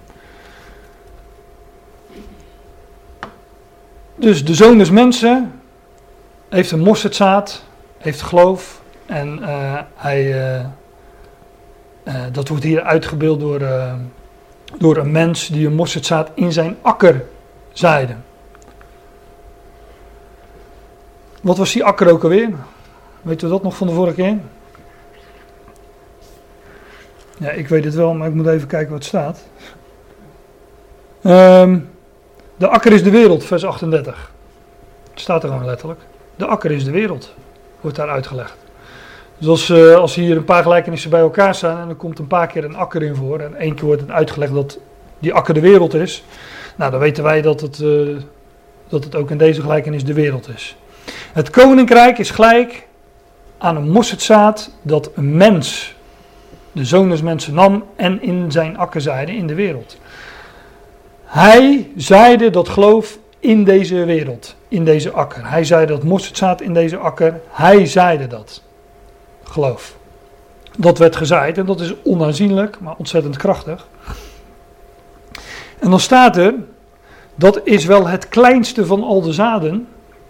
Dus de zoon des mensen heeft een mosterdzaad, heeft geloof en uh, hij, uh, uh, dat wordt hier uitgebeeld door, uh, door een mens die een mosterdzaad in zijn akker zaaide. Wat was die akker ook alweer? Weten we dat nog van de vorige keer? Ja, ik weet het wel, maar ik moet even kijken wat staat. Um, de akker is de wereld, vers achtendertig. Het staat er gewoon letterlijk. De akker is de wereld, wordt daar uitgelegd. Dus als, uh, als hier een paar gelijkenissen bij elkaar staan en er komt een paar keer een akker in voor en één keer wordt het uitgelegd dat die akker de wereld is, nou dan weten wij dat het, uh, dat het ook in deze gelijkenis de wereld is. Het koninkrijk is gelijk aan een mosterdzaad dat een mens, de zoon des mensen, nam en in zijn akker zaaide in de wereld. Hij zaaide dat geloof in deze wereld, in deze akker. Hij zaaide dat mosterdzaad in deze akker. Hij zaaide dat geloof. Dat werd gezaaid en dat is onaanzienlijk, maar ontzettend krachtig. En dan staat er, dat is wel het kleinste van al de zaden,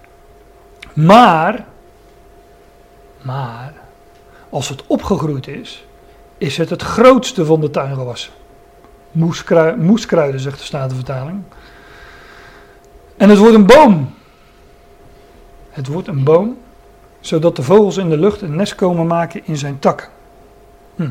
maar, maar, als het opgegroeid is, is het het grootste van de tuingewassen. Moeskrui- moeskruiden, zegt de Statenvertaling. En het wordt een boom. Het wordt een boom, zodat de vogels in de lucht een nest komen maken in zijn takken. Hm.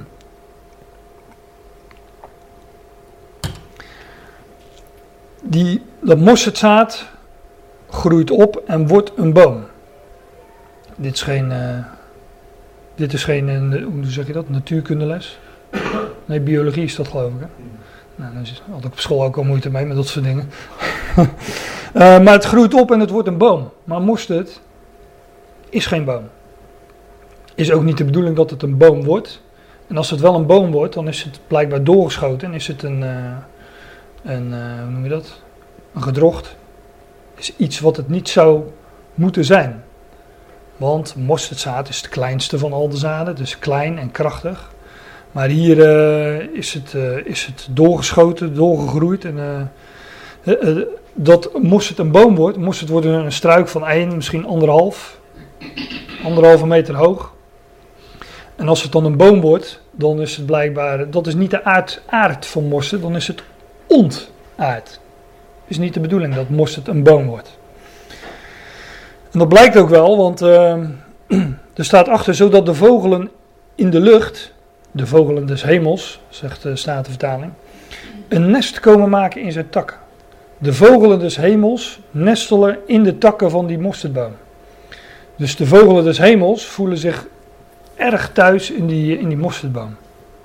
Die, dat mosterdzaad groeit op en wordt een boom. Dit is geen, uh, dit is geen uh, hoe zeg je dat, natuurkundeles. Nee, biologie is dat geloof ik. Hè? Nou, daar had ik op school ook al moeite mee met dat soort dingen. uh, maar het groeit op en het wordt een boom. Maar mosterd is geen boom. Is ook niet de bedoeling dat het een boom wordt. En als het wel een boom wordt, dan is het blijkbaar doorgeschoten. En is het een, uh, een uh, hoe noem je dat? Een gedrocht. Is iets wat het niet zou moeten zijn. Want mosterdzaad is het kleinste van al de zaden. Dus klein en krachtig. Maar hier uh, is, het, uh, is het doorgeschoten, doorgegroeid. En uh, uh, uh, dat mosterd een boom wordt, mosterd wordt een struik van één, misschien anderhalf, anderhalve meter hoog. En als het dan een boom wordt, dan is het blijkbaar, dat is niet de aard, aard van mosterd, dan is het ontaard. Het is niet de bedoeling dat mosterd een boom wordt. En dat blijkt ook wel, want uh, er staat achter, zodat de vogelen in de lucht, de vogelen des hemels, zegt de Statenvertaling, een nest komen maken in zijn takken. De vogelen des hemels nestelen in de takken van die mosterdboom. Dus de vogelen des hemels voelen zich erg thuis in die, in die mosterdboom.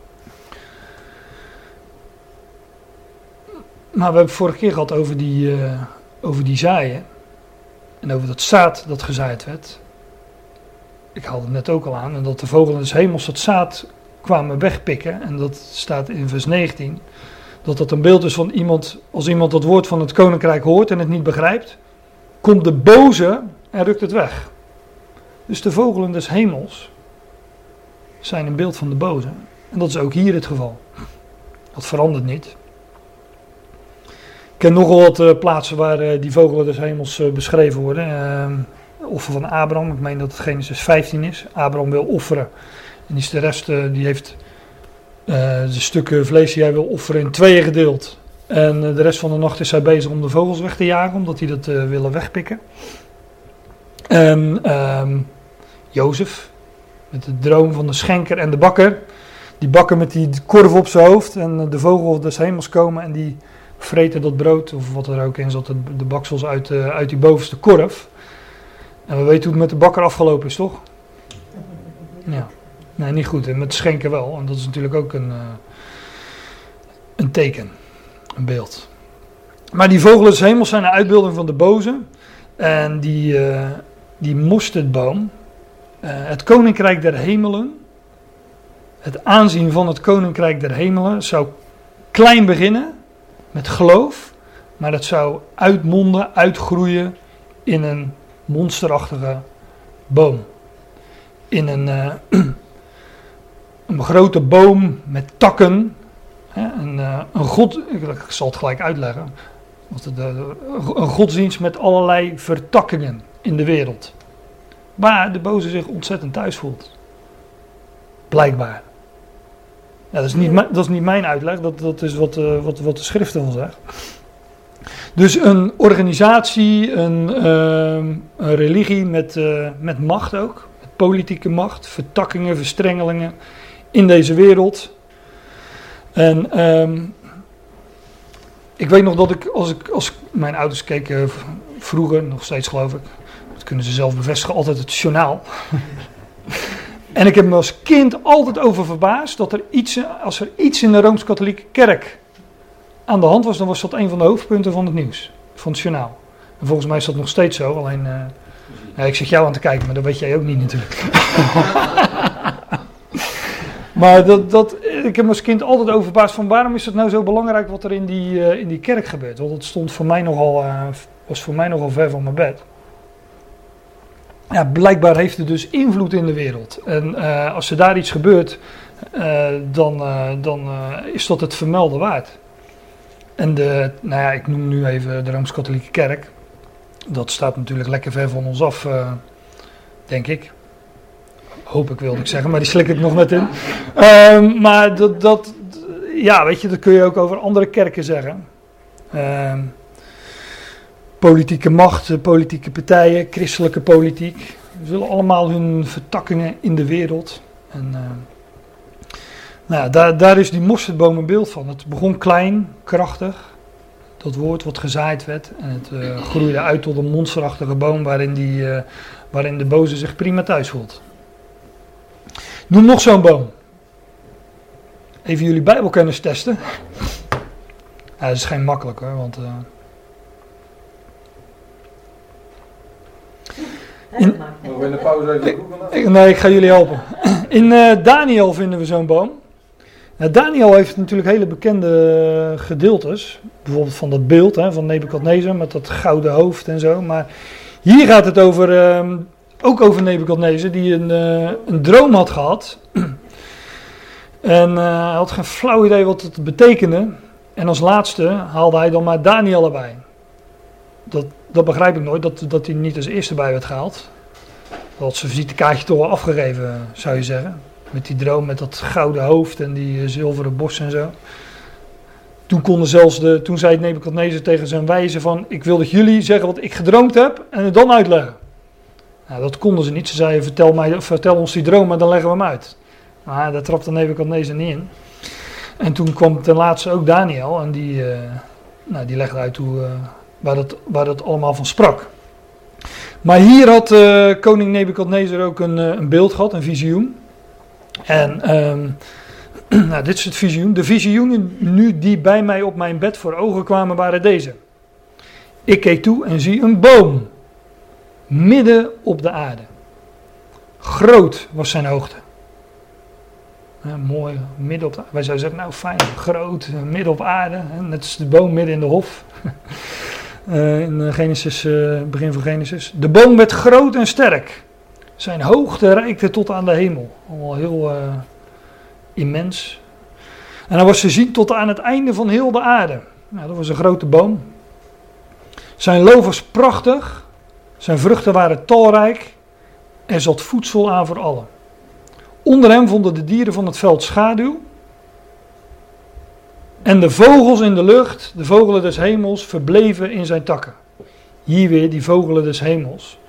Maar we hebben het vorige keer gehad over die, uh, over die zaaien. En over dat zaad dat gezaaid werd. Ik haalde het net ook al aan. En dat de vogelen des hemels dat zaad kwamen wegpikken. En dat staat in vers negentien. Dat dat een beeld is van iemand, als iemand dat woord van het koninkrijk hoort en het niet begrijpt, komt de boze en rukt het weg. Dus de vogelen des hemels zijn een beeld van de boze. En dat is ook hier het geval. Dat verandert niet. Ik ken nogal wat uh, plaatsen waar uh, die vogelen des hemels uh, beschreven worden. Uh, offer van Abraham, ik meen dat het Genesis vijftien is. Abraham wil offeren. En die is de rest, uh, die heeft uh, de stukken vlees die hij wil offeren in tweeën gedeeld. En uh, de rest van de nacht is hij bezig om de vogels weg te jagen, omdat hij dat uh, willen wegpikken. En um, Jozef, met de droom van de schenker en de bakker. Die bakker met die korf op zijn hoofd en de vogels des hemels komen en die vreten dat brood, of wat er ook in zat, de baksels uit, uh, uit die bovenste korf. En we weten hoe het met de bakker afgelopen is, toch? Ja. Nee, niet goed. En met de schenker wel. En dat is natuurlijk ook een, uh, een teken. Een beeld. Maar die vogelen des hemels zijn een uitbeelding van de boze. En die, uh, die mosterdboom, uh, het koninkrijk der hemelen, het aanzien van het koninkrijk der hemelen zou klein beginnen met geloof, maar dat zou uitmonden, uitgroeien in een monsterachtige boom. In een, uh, een grote boom met takken. Hè, een, uh, een god, ik zal het gelijk uitleggen. Een godsdienst met allerlei vertakkingen in de wereld. Waar de boze zich ontzettend thuis voelt. Blijkbaar. Ja, dat, is niet, dat is niet mijn uitleg, dat, dat is wat, uh, wat, wat de schrift ervan zegt. Dus een organisatie, een, uh, een religie met, uh, met macht ook. Met politieke macht, vertakkingen, verstrengelingen in deze wereld. En um, ik weet nog dat ik, als ik, als mijn ouders keken vroeger, nog steeds geloof ik, dat kunnen ze zelf bevestigen, altijd het journaal. En ik heb me als kind altijd over verbaasd dat er iets, als er iets in de Rooms-Katholieke Kerk aan de hand was, dan was dat een van de hoofdpunten van het nieuws, van het journaal. En volgens mij is dat nog steeds zo, alleen, uh, ja, ik zit jou aan te kijken, maar dat weet jij ook niet natuurlijk. Maar dat, dat, ik heb me als kind altijd over verbaasd van waarom is het nou zo belangrijk wat er in die, uh, in die kerk gebeurt. Want het stond voor mij nogal, uh, was voor mij nogal ver van mijn bed. Ja, blijkbaar heeft het dus invloed in de wereld. En uh, als er daar iets gebeurt, uh, dan, uh, dan uh, is dat het vermelden waard. En de, nou ja, ik noem nu even de Rooms-Katholieke Kerk. Dat staat natuurlijk lekker ver van ons af, uh, denk ik. Hoop ik, wilde ik zeggen, maar die slik ik nog net in. Uh, maar dat, dat, ja, weet je, dat kun je ook over andere kerken zeggen. Uh, politieke macht, politieke partijen, christelijke politiek. Ze zullen allemaal hun vertakkingen in de wereld. En, uh, nou ja, daar, daar is die mosterdboom een beeld van. Het begon klein, krachtig. Dat woord wat gezaaid werd. En het uh, groeide uit tot een monsterachtige boom waarin, die, uh, waarin de boze zich prima thuis voelt. Noem nog zo'n boom. Even jullie Bijbelkennis testen. Ja, dat is geen makkelijk hoor, want... Uh, in, Mogen we in de pauze even ik, Nee, ik ga jullie helpen. In uh, Daniel vinden we zo'n boom. Nou, Daniel heeft natuurlijk hele bekende gedeeltes. Bijvoorbeeld van dat beeld hè, van Nebukadnezar met dat gouden hoofd en zo. Maar hier gaat het over... Uh, Ook over Nebukadnezar, die een, uh, een droom had gehad. En uh, hij had geen flauw idee wat het betekende. En als laatste haalde hij dan maar Daniel erbij. Dat, dat begrijp ik nooit, dat, dat hij niet als eerste bij werd gehaald. Dat had zijn visitekaartje toch wel afgegeven, zou je zeggen. Met die droom, met dat gouden hoofd en die uh, zilveren bos en zo. Toen, konden zelfs de, toen zei Nebukadnezar tegen zijn wijzen van... Ik wil dat jullie zeggen wat ik gedroomd heb en het dan uitleggen. Nou, dat konden ze niet. Ze zeiden, vertel, mij, vertel ons die droom, maar dan leggen we hem uit. Maar daar trapte Nebukadnezar niet in. En toen kwam ten laatste ook Daniel. En die, uh, nou, die legde uit hoe, uh, waar, dat, waar dat allemaal van sprak. Maar hier had uh, koning Nebukadnezar ook een, uh, een beeld gehad, een visioen. En um, nou, dit is het visioen. De visioenen nu die bij mij op mijn bed voor ogen kwamen waren deze. Ik keek toe en zie een boom. Midden op de aarde. Groot was zijn hoogte. Ja, mooi, midden op de aarde. Wij zouden zeggen, nou fijn, groot, midden op aarde. Hè, net als de boom midden in de hof. uh, in Genesis, uh, begin van Genesis. De boom werd groot en sterk. Zijn hoogte reikte tot aan de hemel. Allemaal heel uh, immens. En hij was te zien tot aan het einde van heel de aarde. Nou, dat was een grote boom. Zijn loof was prachtig. Zijn vruchten waren talrijk. Er zat voedsel aan voor allen. Onder hem vonden de dieren van het veld schaduw. En de vogels in de lucht, de vogelen des hemels, verbleven in zijn takken. Hier weer die vogelen des hemels.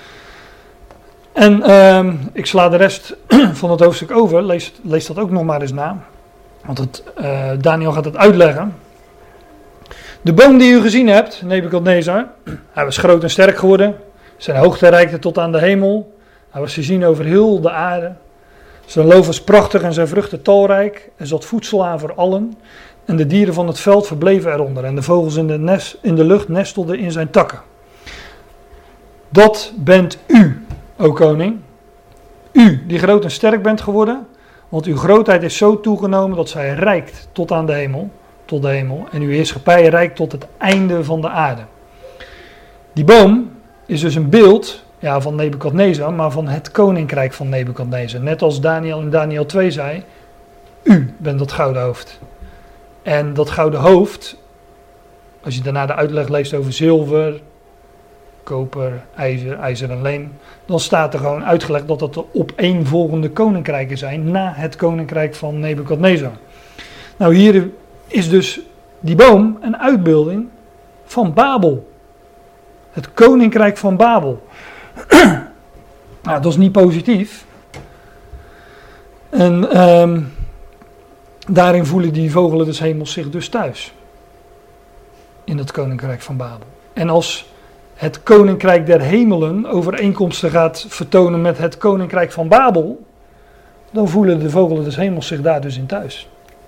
En uh, ik sla de rest van het hoofdstuk over, lees, lees dat ook nog maar eens na. Want het, uh, Daniel gaat het uitleggen. De boom die u gezien hebt, Nebukadnezar, hij was groot en sterk geworden. Zijn hoogte reikte tot aan de hemel. Hij was te zien over heel de aarde. Zijn loof was prachtig en zijn vruchten talrijk. Er zat voedsel aan voor allen. En de dieren van het veld verbleven eronder. En de vogels in de, nest, in de lucht nestelden in zijn takken. Dat bent u, o koning. U, die groot en sterk bent geworden. Want uw grootheid is zo toegenomen dat zij reikt tot aan de hemel. Tot de hemel. En uw heerschappij reikt tot het einde van de aarde. Die boom is dus een beeld, ja, van Nebukadnezar, maar van het koninkrijk van Nebukadnezar. Net als Daniel in Daniel twee zei, u bent dat gouden hoofd. En dat gouden hoofd, als je daarna de uitleg leest over zilver, koper, ijzer, ijzer en leem, dan staat er gewoon uitgelegd dat dat de opeenvolgende koninkrijken zijn na het koninkrijk van Nebukadnezar. Nou, hier is dus die boom een uitbeelding van Babel. Het koninkrijk van Babel. Nou, dat is niet positief. En um, daarin voelen die vogelen des hemels zich dus thuis. In het koninkrijk van Babel. En als het koninkrijk der hemelen overeenkomsten gaat vertonen met het koninkrijk van Babel, dan voelen de vogelen des hemels zich daar dus in thuis.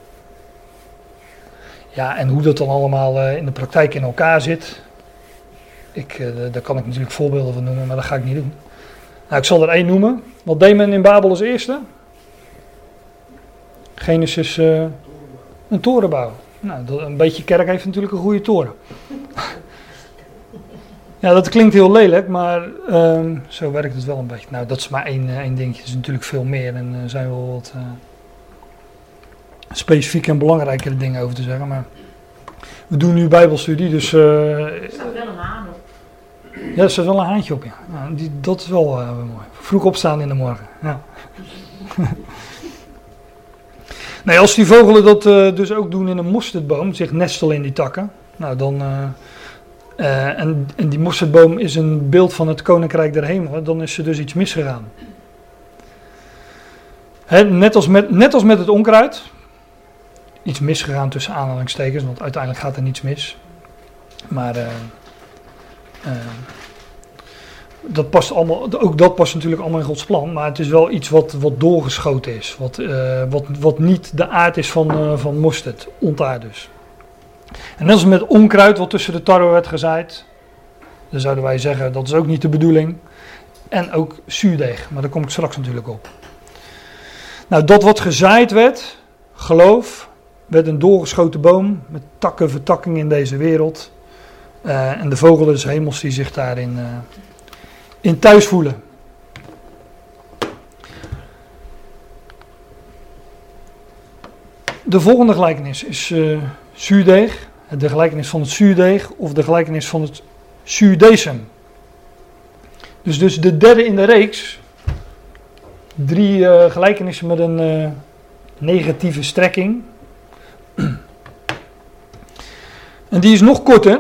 Ja, en hoe dat dan allemaal uh, in de praktijk in elkaar zit, ik, uh, daar kan ik natuurlijk voorbeelden van noemen, maar dat ga ik niet doen. Nou, ik zal er één noemen. Wat deed men in Babel als eerste? Genesis, uh, een toren bouwen. Nou, dat, een beetje kerk heeft natuurlijk een goede toren. Ja, dat klinkt heel lelijk, maar um, zo werkt het wel een beetje. Nou, dat is maar één, één dingetje. Er is natuurlijk veel meer en er uh, zijn wel wat uh, specifieke en belangrijkere dingen over te zeggen. Maar we doen nu bijbelstudie, dus... Uh, er staat wel een haan op. Ja, er staat wel een haantje op, ja. Nou, die, dat is wel uh, mooi. Vroeg opstaan in de morgen, ja. Nee, als die vogelen dat uh, dus ook doen in een mosterdboom, zich nestelen in die takken, nou dan... Uh, Uh, en, en die mosterdboom is een beeld van het koninkrijk der hemelen, dan is er dus iets misgegaan. He, net, als met, net als met het onkruid, iets misgegaan tussen aanhalingstekens, want uiteindelijk gaat er niets mis. Maar uh, uh, dat past allemaal, ook dat past natuurlijk allemaal in Gods plan, maar het is wel iets wat, wat doorgeschoten is, wat, uh, wat, wat niet de aard is van, uh, van mosterd, ontaard dus. En net als met onkruid wat tussen de tarwe werd gezaaid, dan zouden wij zeggen dat is ook niet de bedoeling. En ook zuurdeeg, maar daar kom ik straks natuurlijk op. Nou, dat wat gezaaid werd, geloof, werd een doorgeschoten boom met takken, vertakking in deze wereld. Uh, en de vogelen des hemels die zich daarin uh, in thuis voelen. De volgende gelijkenis is uh, zuurdeeg, de gelijkenis van het zuurdeeg of de gelijkenis van het zuurdesem. Dus, dus de derde in de reeks, drie uh, gelijkenissen met een uh, negatieve strekking. En die is nog korter.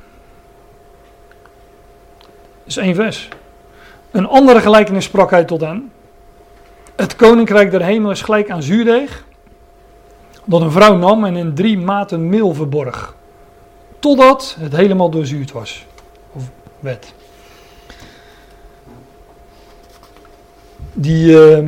Dat is één vers. Een andere gelijkenis sprak hij tot hen. Het koninkrijk der hemel is gelijk aan zuurdeeg, dat een vrouw nam en in drie maten meel verborg, totdat het helemaal doorzuurd was, of werd. Die, uh,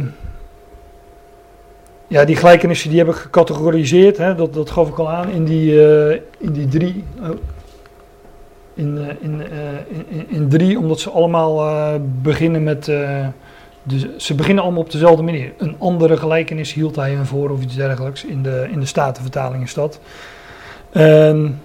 ja, die gelijkenissen die heb ik gecategoriseerd, hè, dat, dat gaf ik al aan, in die, uh, in die drie, oh, in, uh, in, uh, in, in drie, omdat ze allemaal uh, beginnen met... Uh, Dus ze beginnen allemaal op dezelfde manier. Een andere gelijkenis hield hij hen voor of iets dergelijks. In de, in de Statenvertaling is dat. Um,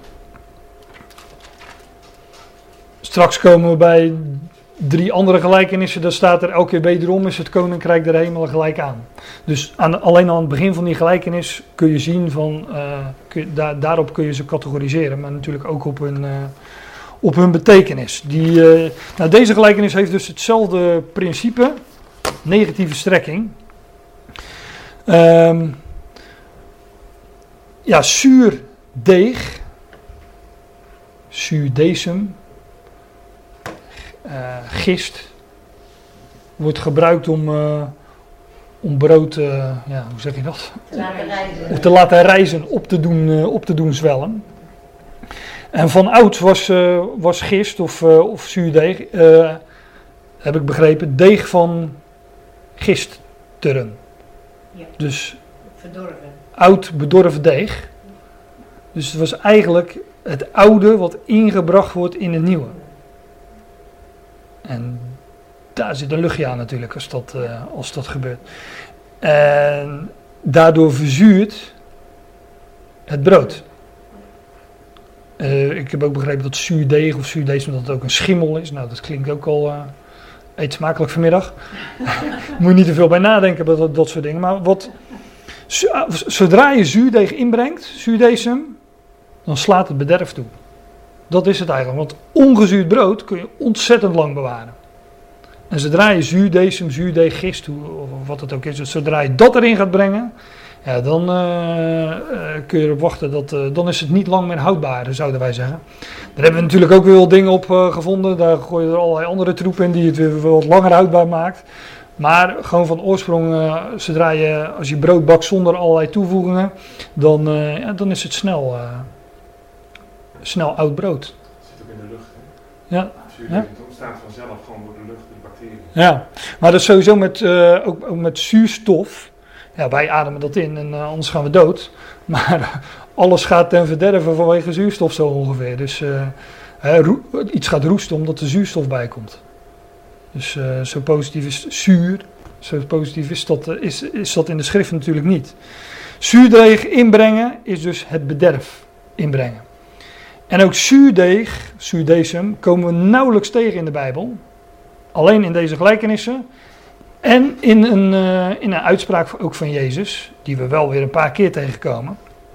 straks komen we bij drie andere gelijkenissen. Daar staat er elke keer wederom is het koninkrijk der hemelen gelijk aan. Dus aan, alleen aan het begin van die gelijkenis kun je zien van... Uh, kun je, daar, daarop kun je ze categoriseren. Maar natuurlijk ook op hun, uh, op hun betekenis. Die, uh, nou, deze gelijkenis heeft dus hetzelfde principe... Negatieve strekking. Um, ja, zuur deeg, suudesem, uh, gist, wordt gebruikt om, uh, om brood, uh, ja, hoe zeg je dat? Te laten rijzen. Of te laten rijzen, op te doen, uh, op te doen zwellen. En van ouds was, uh, was gist of, uh, of zuurdeeg, uh, heb ik begrepen, deeg van gisteren. Ja. Dus Verdorven. oud bedorven deeg. Dus het was eigenlijk het oude wat ingebracht wordt in het nieuwe. En daar zit een luchtje aan natuurlijk als dat, uh, als dat gebeurt. En daardoor verzuurt het brood. Uh, ik heb ook begrepen dat zuurdeeg of zuurdesem dat het ook een schimmel is. Nou, dat klinkt ook al... Uh, eet smakelijk vanmiddag. Moet je niet te veel bij nadenken bij dat, dat soort dingen. Maar wat, zodra je zuurdeeg inbrengt, zuurdesem, dan slaat het bederf toe. Dat is het eigenlijk. Want ongezuurd brood kun je ontzettend lang bewaren. En zodra je zuurdesem, zuurdeeg, gist, of wat het ook is, zodra je dat erin gaat brengen, ja, dan uh, uh, kun je erop wachten. Dat, uh, dan is het niet lang meer houdbaar, zouden wij zeggen. Daar hebben we natuurlijk ook weer wel dingen op uh, gevonden. Daar gooi je er allerlei andere troep in die het weer wat langer houdbaar maakt. Maar gewoon van oorsprong, uh, zodra je, als je brood bakt zonder allerlei toevoegingen, dan, uh, ja, dan is het snel, uh, snel oud brood. Het zit ook in de lucht. Hè? Ja. Zuurdeeg, Ja. het ontstaat vanzelf gewoon door de lucht, de bacteriën. Ja, maar dat is sowieso met, uh, ook, ook met zuurstof. Ja, wij ademen dat in en uh, anders gaan we dood. Maar alles gaat ten verderve vanwege zuurstof zo ongeveer. Dus uh, uh, roe- iets gaat roesten omdat er zuurstof bij komt. Dus uh, zo positief is zuur, zo positief is dat, uh, is, is dat in de schrift natuurlijk niet. Zuurdeeg inbrengen is dus het bederf inbrengen. En ook zuurdeeg, zuurdesem, komen we nauwelijks tegen in de Bijbel. Alleen in deze gelijkenissen. En in een, uh, in een uitspraak ook van Jezus, die we wel weer een paar keer tegenkomen.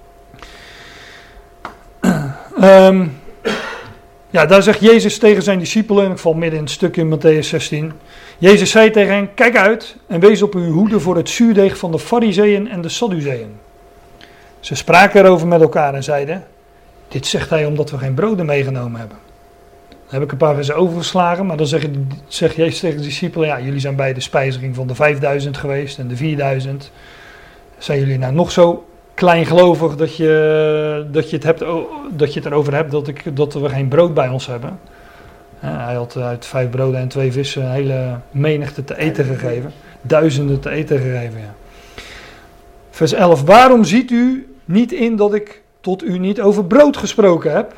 um, ja, daar zegt Jezus tegen zijn discipelen, en ik val midden in het stukje in Mattheüs zestien. Jezus zei tegen hen, kijk uit en wees op uw hoede voor het zuurdeeg van de Farizeeën en de Sadduceeën. Ze spraken erover met elkaar en zeiden, dit zegt hij omdat we geen broden meegenomen hebben. Daar heb ik een paar versen overgeslagen, maar dan zegt, zegt Jezus tegen de discipelen, ja, jullie zijn bij de spijziging van de vijfduizend geweest en de vierduizend. Zijn jullie nou nog zo kleingelovig dat je, dat je, het, hebt, dat je het erover hebt dat, ik, dat we geen brood bij ons hebben? Ja, hij had uit vijf broden en twee vissen een hele menigte te eten gegeven. Duizenden te eten gegeven, ja. Vers elf, waarom ziet u niet in dat ik tot u niet over brood gesproken heb?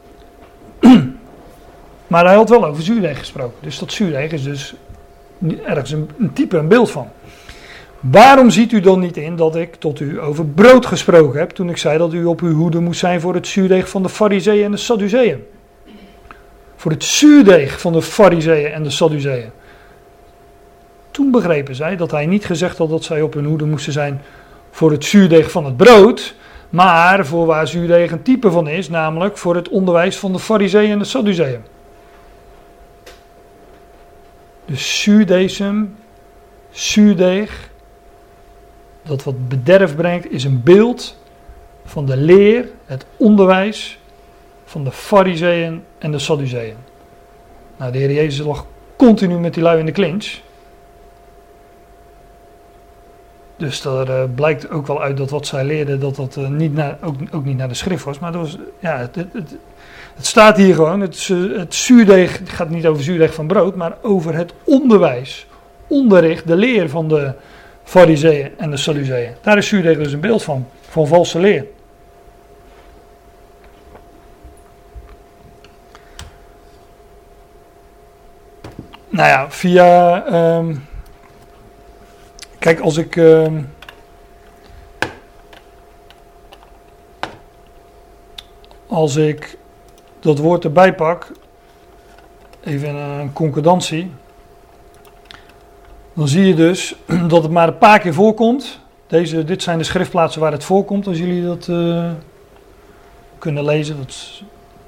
Maar hij had wel over zuurdeeg gesproken. Dus dat zuurdeeg is dus ergens een, een type, een beeld van. Waarom ziet u dan niet in dat ik tot u over brood gesproken heb, toen ik zei dat u op uw hoede moest zijn voor het zuurdeeg van de Farizeeën en de Sadduceeën? Voor het zuurdeeg van de Farizeeën en de Sadduceeën. Toen begrepen zij dat hij niet gezegd had dat zij op hun hoede moesten zijn voor het zuurdeeg van het brood, maar voor waar zuurdeeg een type van is, namelijk voor het onderwijs van de Farizeeën en de Sadduceeën. Dus zuurdesem, zuurdeeg, dat wat bederf brengt, is een beeld van de leer, het onderwijs van de Farizeeën en de Sadduceeën. Nou, de Heer Jezus lag continu met die lui in de clinch. Dus daar uh, blijkt ook wel uit dat wat zij leerden, dat dat uh, niet naar, ook, ook niet naar de schrift was. Maar dat was, ja, het, het, het, het staat hier gewoon, het, het zuurdeeg, het gaat niet over zuurdeeg van brood, maar over het onderwijs, onderricht, de leer van de Farizeeën en de Sadduceeën. Daar is zuurdeeg dus een beeld van, van valse leer. Nou ja, via... Um, kijk, als ik... Um, als ik dat woord erbij pak, even een concordantie, dan zie je dus dat het maar een paar keer voorkomt. Deze, dit zijn de schriftplaatsen waar het voorkomt, als jullie dat uh, kunnen lezen. Dat is...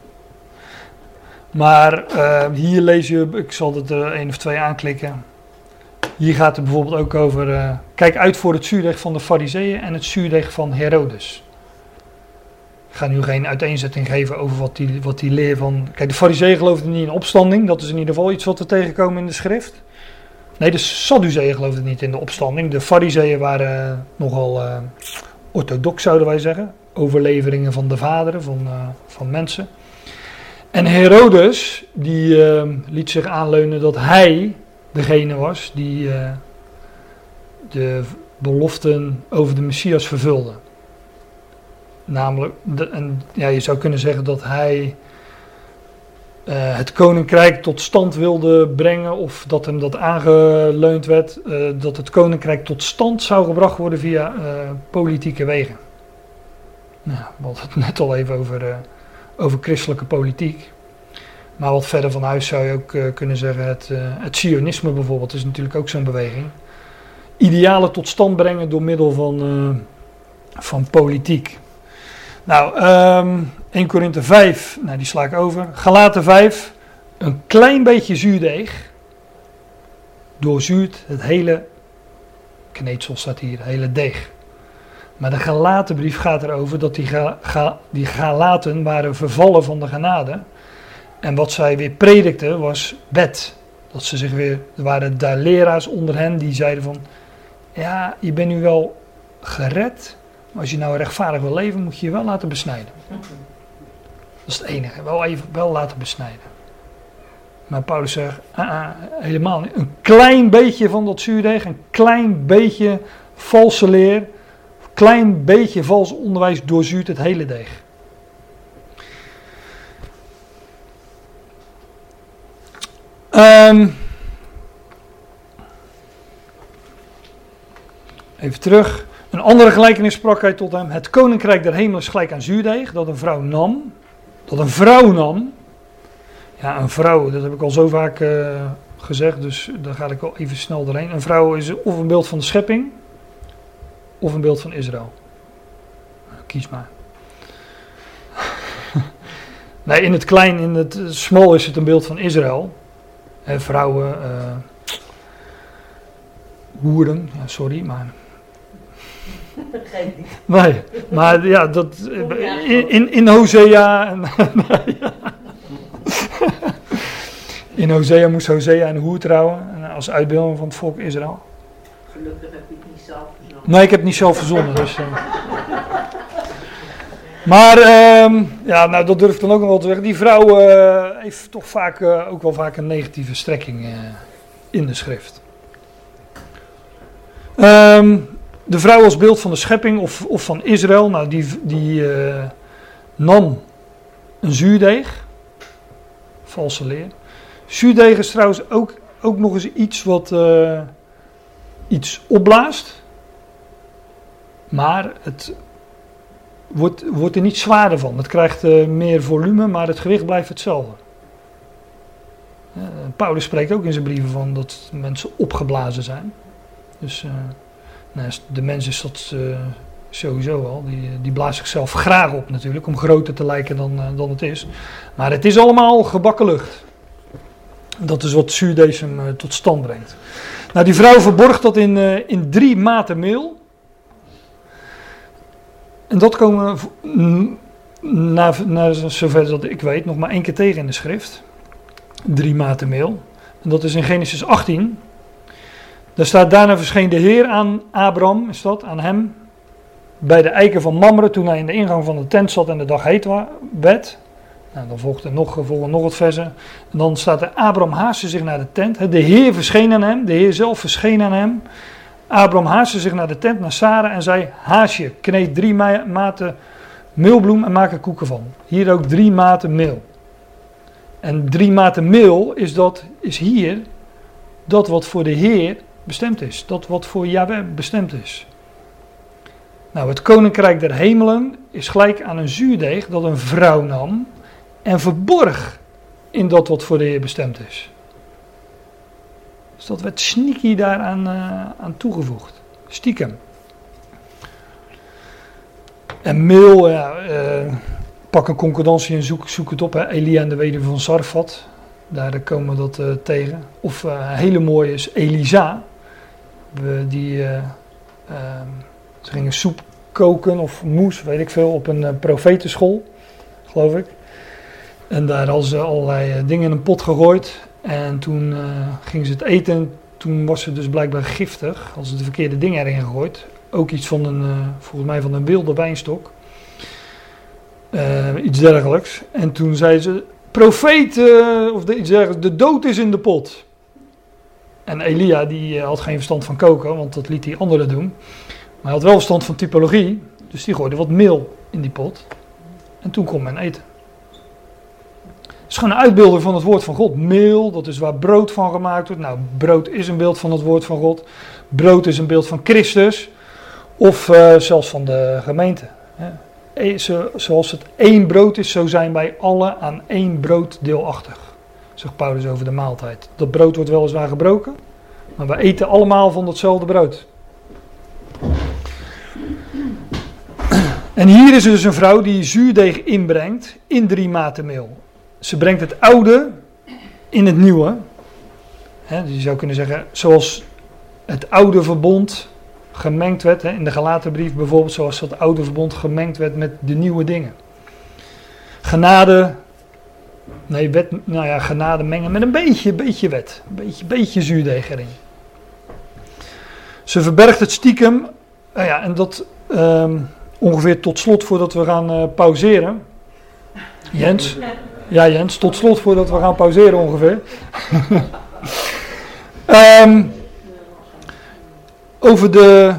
Maar uh, hier lees je, ik zal het er uh, één of twee aanklikken. Hier gaat het bijvoorbeeld ook over, uh, kijk uit voor het zuurdeeg van de Farizeeën en het zuurdeeg van Herodes. Ik ga nu geen uiteenzetting geven over wat die, wat die leer van... Kijk, de farizeeën geloofden niet in opstanding. Dat is in ieder geval iets wat we tegenkomen in de schrift. Nee, de Sadduceeën geloofden niet in de opstanding. De farizeeën waren nogal uh, orthodox, zouden wij zeggen. Overleveringen van de vaderen, van, uh, van mensen. En Herodes, die uh, liet zich aanleunen dat hij degene was die uh, de beloften over de Messias vervulde. Namelijk, de, en, ja, je zou kunnen zeggen dat hij uh, het koninkrijk tot stand wilde brengen, of dat hem dat aangeleund werd, uh, dat het koninkrijk tot stand zou gebracht worden via uh, politieke wegen. Nou, we hadden het net al even over, uh, over christelijke politiek. Maar wat verder van huis zou je ook uh, kunnen zeggen, het, uh, het Zionisme bijvoorbeeld is natuurlijk ook zo'n beweging. Idealen tot stand brengen door middel van, uh, van politiek. Nou, um, Eerste Korinthe vijf, nou die sla ik over. Galaten vijf, een klein beetje zuurdeeg doorzuurt het hele kneedsel, staat hier, het hele deeg. Maar de Galatenbrief gaat erover dat die, ga, ga, die Galaten waren vervallen van de genade. En wat zij weer predikten was wet. Dat ze zich weer, er waren daar leraars onder hen die zeiden van, ja, je bent nu wel gered, maar als je nou rechtvaardig wil leven, moet je je wel laten besnijden. Dat is het enige, wel even wel laten besnijden. Maar Paulus zegt, ah, ah, helemaal niet. Een klein beetje van dat zuurdeeg, een klein beetje valse leer, een klein beetje vals onderwijs doorzuurt het hele deeg. Um, even terug. Een andere gelijkenis sprak hij tot hem. Het koninkrijk der hemelen is gelijk aan zuurdeeg, dat een vrouw nam. Dat een vrouw nam. Ja, een vrouw, dat heb ik al zo vaak uh, gezegd, dus daar ga ik wel even snel doorheen. Een vrouw is of een beeld van de schepping, of een beeld van Israël. Kies maar. Nee, in het klein, in het smal is het een beeld van Israël. He, vrouwen, uh, hoeren, ja, sorry, maar... Geen niet. Nee, maar ja, dat... In, in, in Hosea... En, nee, ja. In Hosea moest Hosea een hoer trouwen, als uitbeelding van het volk Israël. Gelukkig heb je het niet zelf verzonnen. Nee, ik heb het niet zelf verzonnen, dus... Uh. Maar, um, ja, nou dat durf ik dan ook nog wel te zeggen. Die vrouw uh, heeft toch vaak, uh, ook wel vaak een negatieve strekking uh, in de schrift. Um, de vrouw als beeld van de schepping of, of van Israël, nou die, die uh, nam een zuurdeeg. Valse leer. Zuurdeeg is trouwens ook, ook nog eens iets wat uh, iets opblaast. Maar het... Wordt, wordt er niet zwaarder van. Het krijgt uh, meer volume, maar het gewicht blijft hetzelfde. Uh, Paulus spreekt ook in zijn brieven van dat mensen opgeblazen zijn. Dus uh, nou, de mens is dat uh, sowieso al. Die, die blaast zichzelf graag op natuurlijk, om groter te lijken dan, uh, dan het is. Maar het is allemaal gebakken lucht. Dat is wat zuurdesem uh, tot stand brengt. Nou, die vrouw verborg dat in, uh, in drie maten meel. En dat komen we, na, na zover dat ik weet, nog maar één keer tegen in de schrift. Drie maten meel. En dat is in Genesis achttien. Daar staat, daarna verscheen de Heer aan Abraham, is dat, aan hem, bij de eiken van Mamre, toen hij in de ingang van de tent zat en de dag heet werd. Nou, dan volgt er nog, volgen nog wat versen. En dan staat er, Abraham haastte zich naar de tent. De Heer verscheen aan hem, de Heer zelf verscheen aan hem. Abraham haastte zich naar de tent, naar Sarah en zei, haast je, kneed drie ma- maten meelbloem en maak er koeken van. Hier ook drie maten meel. En drie maten meel is, dat, is hier dat wat voor de Heer bestemd is. Dat wat voor Yahweh bestemd is. Nou, het koninkrijk der hemelen is gelijk aan een zuurdeeg dat een vrouw nam en verborg in dat wat voor de Heer bestemd is. Dus dat werd sneaky daaraan uh, aan toegevoegd. Stiekem. En meel, ja, uh, pak een concordantie en zoek, zoek het op. Hè. Elia en de weduwe van Sarfat. Daar komen we dat uh, tegen. Of uh, een hele mooie is Elisa. We, die, uh, uh, ze gingen soep koken of moes, weet ik veel, op een uh, profetenschool, geloof ik. En daar hadden ze allerlei uh, dingen in een pot gegooid. En toen uh, gingen ze het eten. Toen was het dus blijkbaar giftig. Hadden ze de verkeerde dingen erin gegooid. Ook iets van een, uh, volgens mij van een wilde wijnstok. Uh, iets dergelijks. En toen zeiden ze, profeet, uh, of de, iets dergelijks, de dood is in de pot. En Elia die uh, had geen verstand van koken, want dat liet die anderen doen. Maar hij had wel verstand van typologie. Dus die gooide wat meel in die pot. En toen kon men eten. Het is gewoon een uitbeelding van het woord van God. Meel, dat is waar brood van gemaakt wordt. Nou, brood is een beeld van het woord van God. Brood is een beeld van Christus. Of uh, zelfs van de gemeente. He. Zoals het één brood is, zo zijn wij alle aan één brood deelachtig. Zegt Paulus over de maaltijd. Dat brood wordt weliswaar gebroken, maar we eten allemaal van datzelfde brood. En hier is dus een vrouw die zuurdeeg inbrengt in drie maten meel. Ze brengt het oude in het nieuwe. He, dus je zou kunnen zeggen, zoals het oude verbond gemengd werd, he, in de Galaterbrief bijvoorbeeld, zoals dat oude verbond gemengd werd met de nieuwe dingen. Genade, nee, wet, nou ja, genade mengen met een beetje, beetje wet. Een beetje, beetje zuurdeeg erin. Ze verbergt het stiekem, nou ja, en dat um, ongeveer tot slot voordat we gaan uh, pauzeren. Jens? Ja, Jens, tot slot voordat we gaan pauzeren ongeveer. um, over de...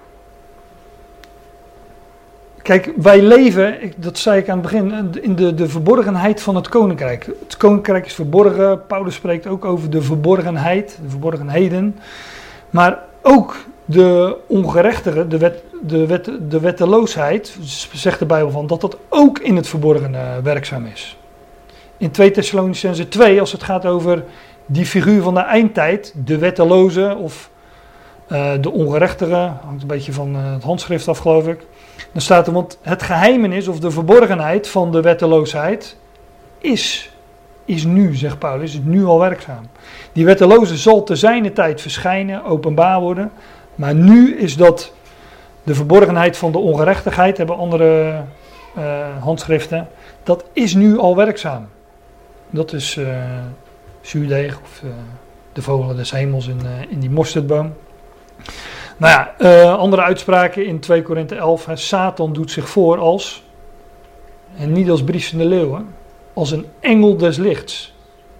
Kijk, wij leven, dat zei ik aan het begin, in de, de verborgenheid van het koninkrijk. Het koninkrijk is verborgen. Paulus spreekt ook over de verborgenheid, de verborgenheden. Maar ook de ongerechtige, de, wet, de, wet, de wetteloosheid, zegt de Bijbel van, dat dat ook in het verborgene werkzaam is. In twee Thessalonicenzen twee, als het gaat over die figuur van de eindtijd, de wetteloze of uh, de ongerechtige, hangt een beetje van uh, het handschrift af geloof ik. Dan staat er, want het geheimenis of de verborgenheid van de wetteloosheid is, is nu, zegt Paulus, is nu al werkzaam. Die wetteloze zal te zijner tijd verschijnen, openbaar worden, maar nu is dat de verborgenheid van de ongerechtigheid, hebben andere uh, handschriften, dat is nu al werkzaam. Dat is uh, zuurdeeg of uh, de vogelen des hemels in, uh, in die mosterdboom. Nou ja, uh, andere uitspraken in twee Korinthe elf. Hè, Satan doet zich voor als, en niet als briesende leeuw, hè, als een engel des lichts.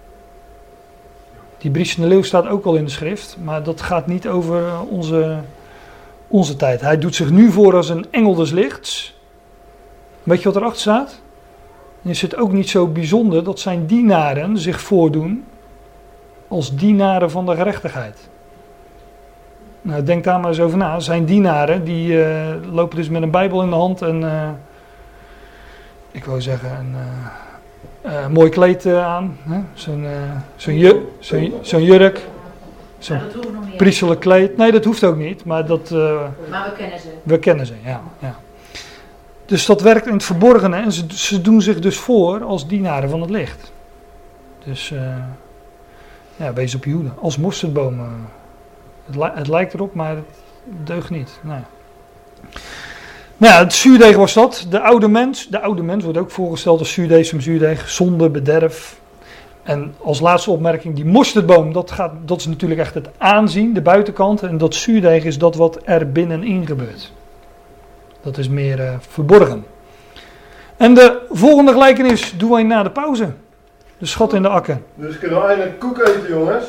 Die briesende leeuw staat ook al in de schrift, maar dat gaat niet over onze, onze tijd. Hij doet zich nu voor als een engel des lichts. Weet je wat erachter staat? Dan is het ook niet zo bijzonder dat zijn dienaren zich voordoen als dienaren van de gerechtigheid. Nou, denk daar maar eens over na. Zijn dienaren, die uh, lopen dus met een Bijbel in de hand en, uh, ik wou zeggen, een uh, uh, mooi kleed uh, aan. Hè? Zo'n, uh, zo'n, ju- zo'n, zo'n jurk, zo'n ja, priesterlijk kleed. Nee, dat hoeft ook niet, maar dat... Uh, maar we kennen ze. We kennen ze, ja. ja. Dus dat werkt in het verborgene en ze, ze doen zich dus voor als dienaren van het licht. Dus, uh, ja, wees op je hoede. Als mosterdbomen. Het, li- het lijkt erop, maar het deugt niet. Nou ja. Nou ja, het zuurdeeg was dat. De oude mens. De oude mens wordt ook voorgesteld als zuurdeesem zuurdeeg. Zonde, bederf. En als laatste opmerking, die mosterdboom, dat, gaat, dat is natuurlijk echt het aanzien, de buitenkant. En dat zuurdeeg is dat wat er binnenin gebeurt. Dat is meer uh, verborgen. En de volgende gelijkenis doen wij na de pauze. De schat in de akker. Dus kunnen we eindelijk koek eten, jongens.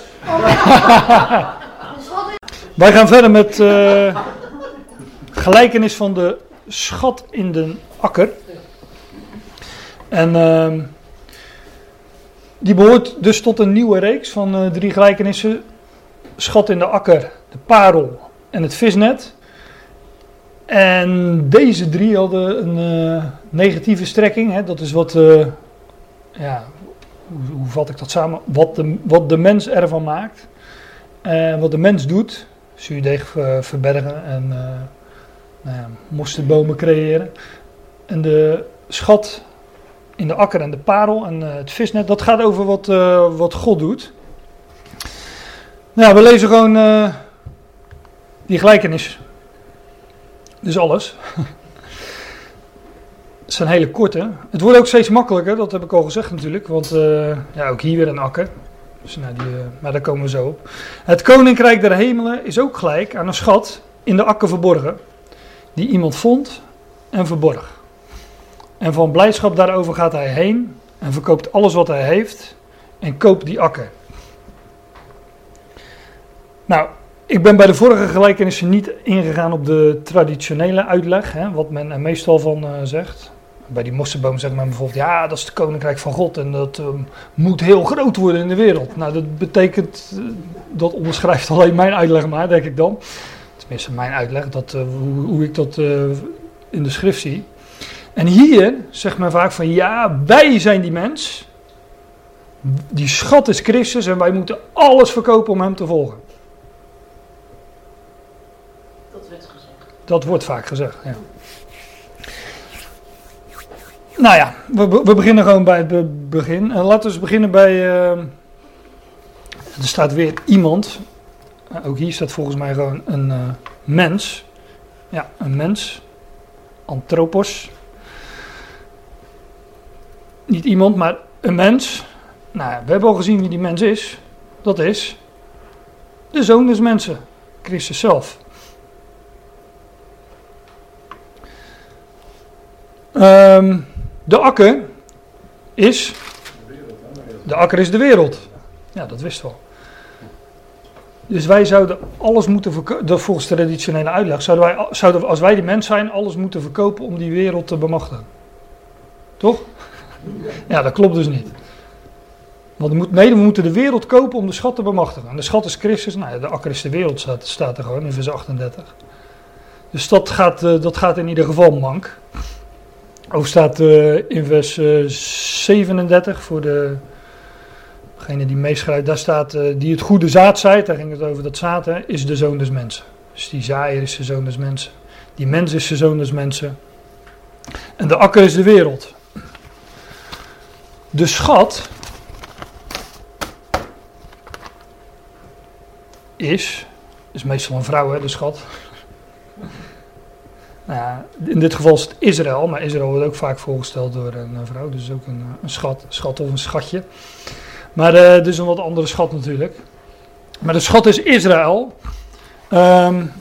Wij gaan verder met uh, gelijkenis van de schat in de akker. En uh, die behoort dus tot een nieuwe reeks van uh, drie gelijkenissen. Schat in de akker, de parel en het visnet. En deze drie hadden een uh, negatieve strekking. Hè? Dat is wat, uh, ja, hoe, hoe vat ik dat samen? Wat de, wat de mens ervan maakt. Uh, wat de mens doet. Zuurdeeg uh, verbergen en uh, nou ja, mosterdbomen creëren. En de schat in de akker en de parel en uh, het visnet. Dat gaat over wat, uh, wat God doet. Nou, we lezen gewoon uh, die gelijkenis. Dus alles. Het zijn hele korte. Het wordt ook steeds makkelijker, dat heb ik al gezegd natuurlijk. Want uh, ja, ook hier weer een akker. Dus, nou, die, uh, maar daar komen we zo op. Het koninkrijk der hemelen is ook gelijk aan een schat in de akker verborgen. Die iemand vond en verborg. En van blijdschap daarover gaat hij heen en verkoopt alles wat hij heeft en koopt die akker. Nou, ik ben bij de vorige gelijkenissen niet ingegaan op de traditionele uitleg, hè, wat men er meestal van uh, zegt. Bij die mosterdboom zegt men bijvoorbeeld, ja, dat is het koninkrijk van God en dat um, moet heel groot worden in de wereld. Nou, dat betekent, uh, dat onderschrijft alleen mijn uitleg maar, denk ik dan. Tenminste, mijn uitleg, dat, uh, hoe, hoe ik dat uh, in de schrift zie. En hier zegt men vaak van, ja, wij zijn die mens. Die schat is Christus en wij moeten alles verkopen om hem te volgen. Dat werd gezegd. Dat wordt vaak gezegd, ja. Nou ja, we, we beginnen gewoon bij het begin. En laten we beginnen bij, uh, er staat weer iemand. Uh, ook hier staat volgens mij gewoon een uh, mens. Ja, een mens. Anthropos. Niet iemand, maar een mens. Nou ja, we hebben al gezien wie die mens is. Dat is de Zoon des Mensen, Christus zelf. Um, de akker is... De akker is de wereld. Ja, dat wist wel. Dus wij zouden alles moeten verkopen, volgens de traditionele uitleg, zouden wij, zouden, als wij die mens zijn, alles moeten verkopen om die wereld te bemachtigen. Toch? Ja, dat klopt dus niet. Want we moeten, nee, we moeten de wereld kopen om de schat te bemachtigen. En de schat is Christus, nou ja, de akker is de wereld, staat, staat er gewoon in vers achtendertig. Dus dat gaat, dat gaat in ieder geval mank. Ook staat uh, in vers uh, zevenendertig, voor de, degene die meeschrijft, daar staat, uh, die het goede zaad zaait, daar ging het over dat zaad, hè, is de zoon des mensen. Dus die zaaier is de zoon des mensen. Die mens is de zoon des mensen. En de akker is de wereld. De schat is, is meestal een vrouw, hè, de schat. Nou ja, in dit geval is het Israël, maar Israël wordt ook vaak voorgesteld door een vrouw, dus ook een, een schat, schat of een schatje. Maar uh, dit is een wat andere schat natuurlijk. Maar de schat is Israël. Um,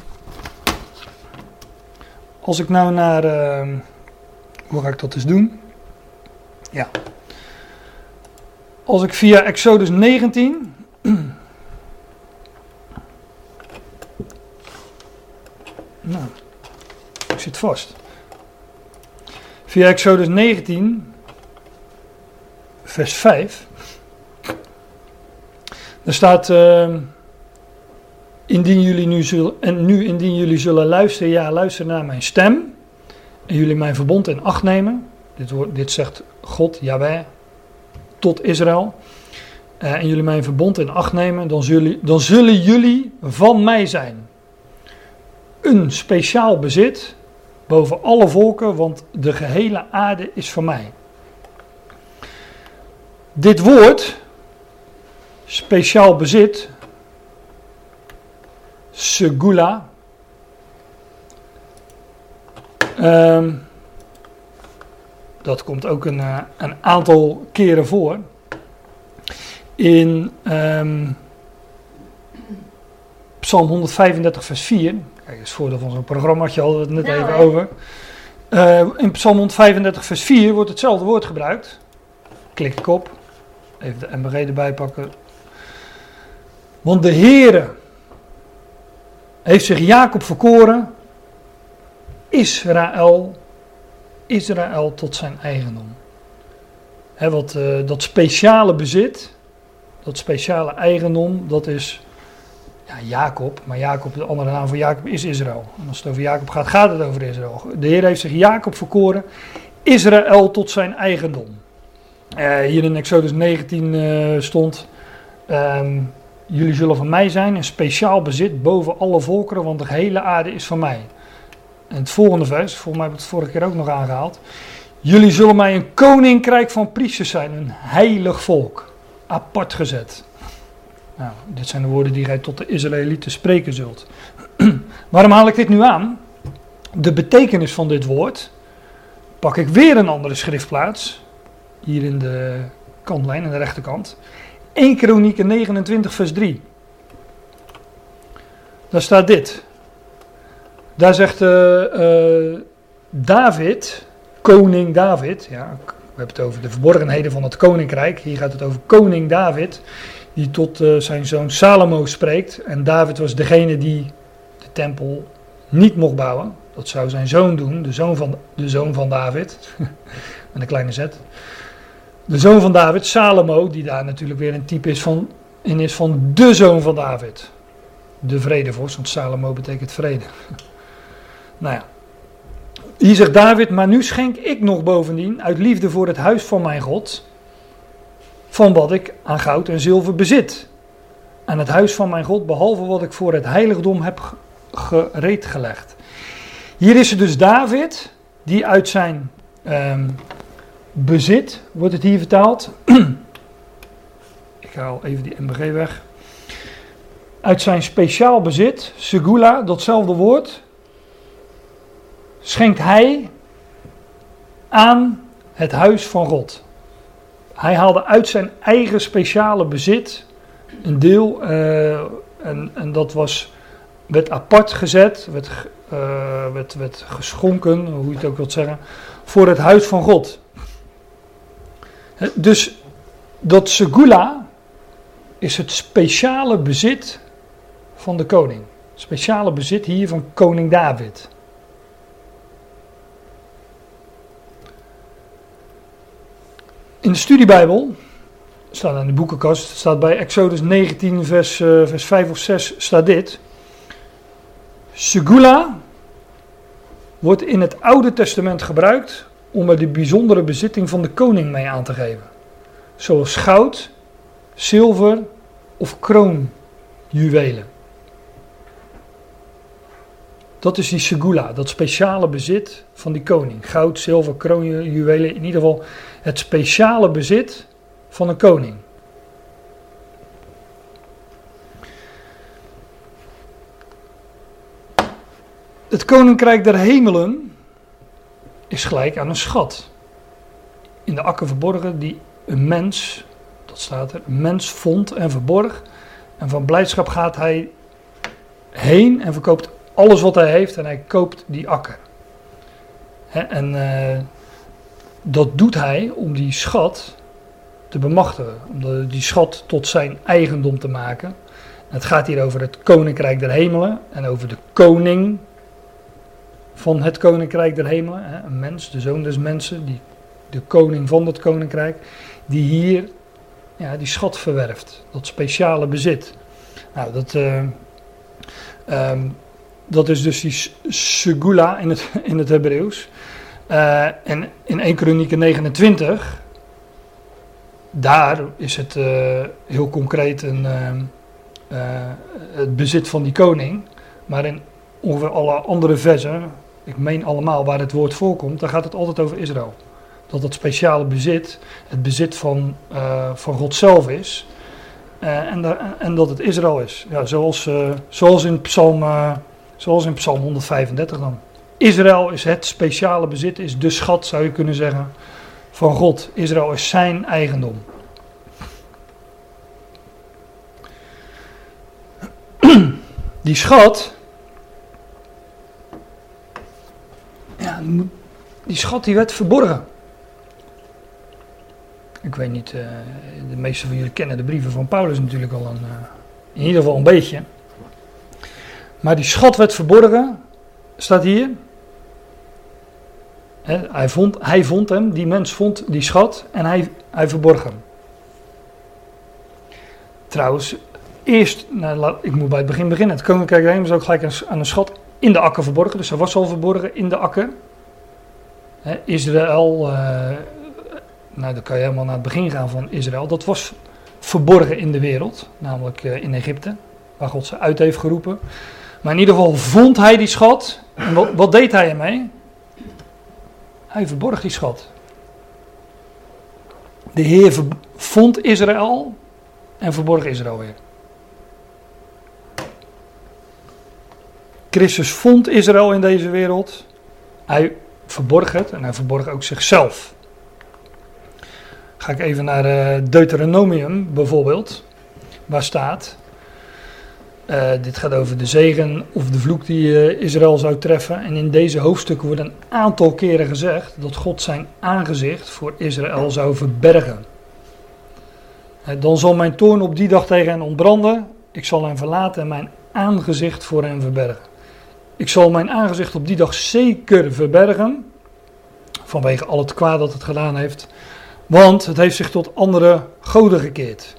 als ik nou naar, uh, hoe ga ik dat eens doen? Ja. Als ik via Exodus negentien... nou... Ik zit vast. Via Exodus negentien, vers vijf. Daar staat, uh, indien jullie nu zullen, en nu indien jullie zullen luisteren, ja, luister naar mijn stem. En jullie mijn verbond in acht nemen. Dit, woord, dit zegt God, Jahweh, tot Israël. Uh, en jullie mijn verbond in acht nemen, dan zullen, dan zullen jullie van mij zijn. Een speciaal bezit boven alle volken, want de gehele aarde is van mij. Dit woord, speciaal bezit, segula, um, dat komt ook een, uh, een aantal keren voor. In um, Psalm honderdvijfendertig vers vier... Kijk, dat is het voordeel van zo'n programmaatje, hadden we het net nou, even hè? over. Uh, in Psalm honderdvijfendertig vers vier wordt hetzelfde woord gebruikt. Klik ik op. Even de M B G erbij pakken. Want de Heere heeft zich Jacob verkoren. Israël, Israël tot zijn eigendom. Hè, wat, uh, dat speciale bezit, dat speciale eigendom, dat is... Ja, Jacob, maar Jacob, de andere naam voor Jacob is Israël. En als het over Jacob gaat, gaat het over Israël. De Heer heeft zich Jacob verkoren, Israël tot zijn eigendom. Uh, hier in Exodus negentien uh, stond, um, jullie zullen van mij zijn, een speciaal bezit boven alle volkeren, want de gehele aarde is van mij. En het volgende vers, volgens mij heb ik het vorige keer ook nog aangehaald. Jullie zullen mij een koninkrijk van priesters zijn, een heilig volk, apart gezet. Nou, dit zijn de woorden die gij tot de Israëlieten spreken zult. Waarom haal ik dit nu aan? de betekenis van dit woord, pak ik weer een andere schriftplaats, hier in de kantlijn, aan de rechterkant. Eerste Kronieken negenentwintig vers drie. Daar staat dit. Daar zegt uh, uh, David, koning David, ja, we hebben het over de verborgenheden van het koninkrijk, hier gaat het over koning David, die tot uh, zijn zoon Salomo spreekt. En David was degene die de tempel niet mocht bouwen. Dat zou zijn zoon doen, de zoon van, de zoon van David, met een kleine z. De zoon van David, Salomo, die daar natuurlijk weer een type is van, in is van de zoon van David. De vredevorst, want Salomo betekent vrede. Nou ja, hier zegt David, maar nu schenk ik nog bovendien uit liefde voor het huis van mijn God, van wat ik aan goud en zilver bezit. Aan het huis van mijn God, behalve wat ik voor het heiligdom heb gereed gelegd. Hier is het dus David, die uit zijn um, bezit, wordt het hier vertaald. Ik haal even die M B G weg. Uit zijn speciaal bezit, segula, datzelfde woord, schenkt hij aan het huis van God. Hij haalde uit zijn eigen speciale bezit een deel, uh, en, en dat was, werd apart gezet, werd, uh, werd, werd geschonken, hoe je het ook wilt zeggen, voor het huis van God. Dus dat segula is het speciale bezit van de koning. Speciale bezit hier van koning David. In de studiebijbel, staat in de boekenkast, staat bij Exodus negentien vers, uh, vers vijf of zes, staat dit. Segula wordt in het Oude Testament gebruikt om er de bijzondere bezitting van de koning mee aan te geven. Zoals goud, zilver of kroonjuwelen. Dat is die segula, dat speciale bezit van die koning. Goud, zilver, kroonjuwelen, in ieder geval het speciale bezit van een koning. Het koninkrijk der hemelen is gelijk aan een schat. In de akker verborgen die een mens, dat staat er, een mens vond en verborg. En van blijdschap gaat hij heen en verkoopt alles wat hij heeft en hij koopt die akker. He, en uh, dat doet hij om die schat te bemachtigen. Om die schat tot zijn eigendom te maken. En het gaat hier over het koninkrijk der hemelen en over de koning van het koninkrijk der hemelen. He, een mens, de zoon des mensen, die, de koning van dat koninkrijk, die hier ja, die schat verwerft. Dat speciale bezit. Nou, dat... Uh, um, Dat is dus die segula in het, in het Hebreeuws. Uh, en in Eerste Kronieken negenentwintig, daar is het uh, heel concreet een, uh, uh, het bezit van die koning. Maar in ongeveer alle andere versen, ik meen allemaal waar het woord voorkomt, daar gaat het altijd over Israël. Dat dat speciale bezit, het bezit van, uh, van God zelf is. Uh, en, de, en dat het Israël is. Ja, zoals, uh, zoals in Psalm... Uh, Zoals in Psalm honderdvijfendertig dan. Israël is het speciale bezit, is de schat, zou je kunnen zeggen, van God. Israël is zijn eigendom. Die schat, ja, die schat die werd verborgen. Ik weet niet, uh, de meeste van jullie kennen de brieven van Paulus natuurlijk al een, uh, in ieder geval een beetje. Maar die schat werd verborgen, staat hier. He, hij, vond, hij vond hem, die mens vond die schat en hij, hij verborg hem. Trouwens, eerst, nou, ik moet bij het begin beginnen. Het koninkrijk der hemelen is ook gelijk aan een schat in de akker verborgen. Dus hij was al verborgen in de akker. He, Israël, uh, nou dan kan je helemaal naar het begin gaan van Israël. Dat was verborgen in de wereld, namelijk uh, in Egypte, waar God ze uit heeft geroepen. Maar in ieder geval vond hij die schat. En wat, wat deed hij ermee? Hij verborg die schat. De Heer ver, vond Israël en verborg Israël weer. Christus vond Israël in deze wereld. Hij verborg het en hij verborg ook zichzelf. Ga ik even naar uh, Deuteronomium bijvoorbeeld, waar staat, uh, dit gaat over de zegen of de vloek die uh, Israël zou treffen. En in deze hoofdstukken wordt een aantal keren gezegd dat God zijn aangezicht voor Israël zou verbergen. Uh, dan zal mijn toorn op die dag tegen hen ontbranden. Ik zal hen verlaten en mijn aangezicht voor hen verbergen. Ik zal mijn aangezicht op die dag zeker verbergen, vanwege al het kwaad dat het gedaan heeft, want het heeft zich tot andere goden gekeerd.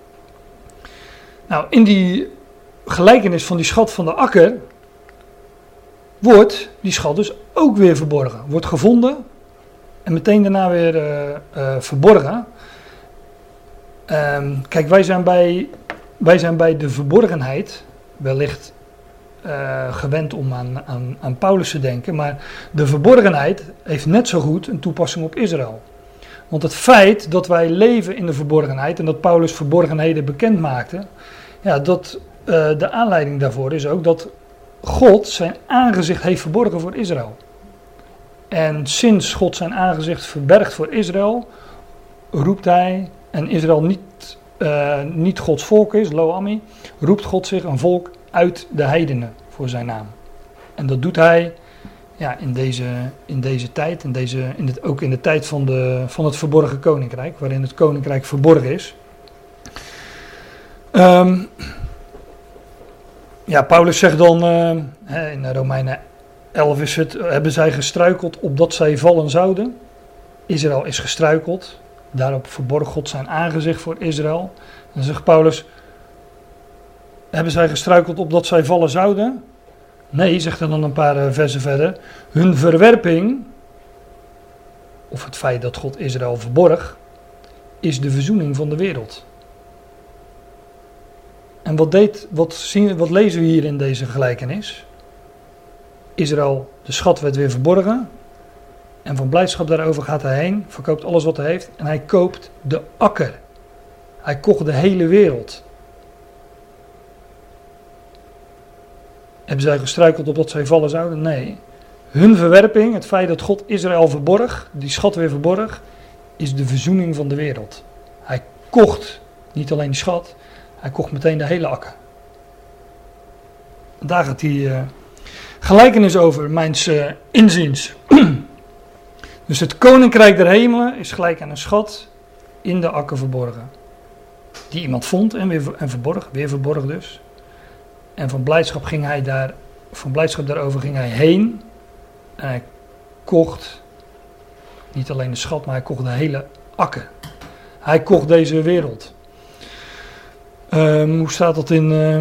Nou, in die gelijkenis van die schat van de akker, wordt die schat dus ook weer verborgen. Wordt gevonden en meteen daarna weer uh, uh, verborgen. Um, kijk, wij zijn, bij, wij zijn bij de verborgenheid wellicht Uh, gewend om aan, aan, aan Paulus te denken, maar de verborgenheid heeft net zo goed een toepassing op Israël. Want het feit dat wij leven in de verborgenheid en dat Paulus verborgenheden bekend maakte, ja, dat uh, de aanleiding daarvoor is ook dat God zijn aangezicht heeft verborgen voor Israël. En sinds God zijn aangezicht verbergt voor Israël, roept hij, en Israël niet, uh, niet Gods volk is, Lo Ami, roept God zich een volk uit de heidenen voor zijn naam. En dat doet hij ja, in, deze, in deze tijd, in deze, in het, ook in de tijd van, de, van het verborgen koninkrijk, waarin het koninkrijk verborgen is. Um, ja, Paulus zegt dan, uh, in Romeinen elf is het, hebben zij gestruikeld opdat zij vallen zouden. Israël is gestruikeld, daarop verborg God zijn aangezicht voor Israël. En dan zegt Paulus, hebben zij gestruikeld opdat zij vallen zouden? Nee, zegt er dan een paar uh, versen verder. Hun verwerping, of het feit dat God Israël verborg, is de verzoening van de wereld. En wat, deed, wat, zien, wat lezen we hier in deze gelijkenis? Israël, de schat werd weer verborgen. En van blijdschap daarover gaat hij heen, verkoopt alles wat hij heeft. En hij koopt de akker. Hij kocht de hele wereld. Hebben zij gestruikeld opdat zij vallen zouden? Nee. Hun verwerping, het feit dat God Israël verborg, die schat weer verborg, is de verzoening van de wereld. Hij kocht niet alleen die schat, hij kocht meteen de hele akker. Daar gaat die uh, gelijkenis over, mijns uh, inziens. Dus het koninkrijk der hemelen is gelijk aan een schat in de akker verborgen. Die iemand vond en weer en verborg, weer verborg dus. En van blijdschap ging hij daar, van blijdschap daarover ging hij heen. En hij kocht niet alleen de schat, maar hij kocht de hele akker. Hij kocht deze wereld. Um, hoe staat dat in uh,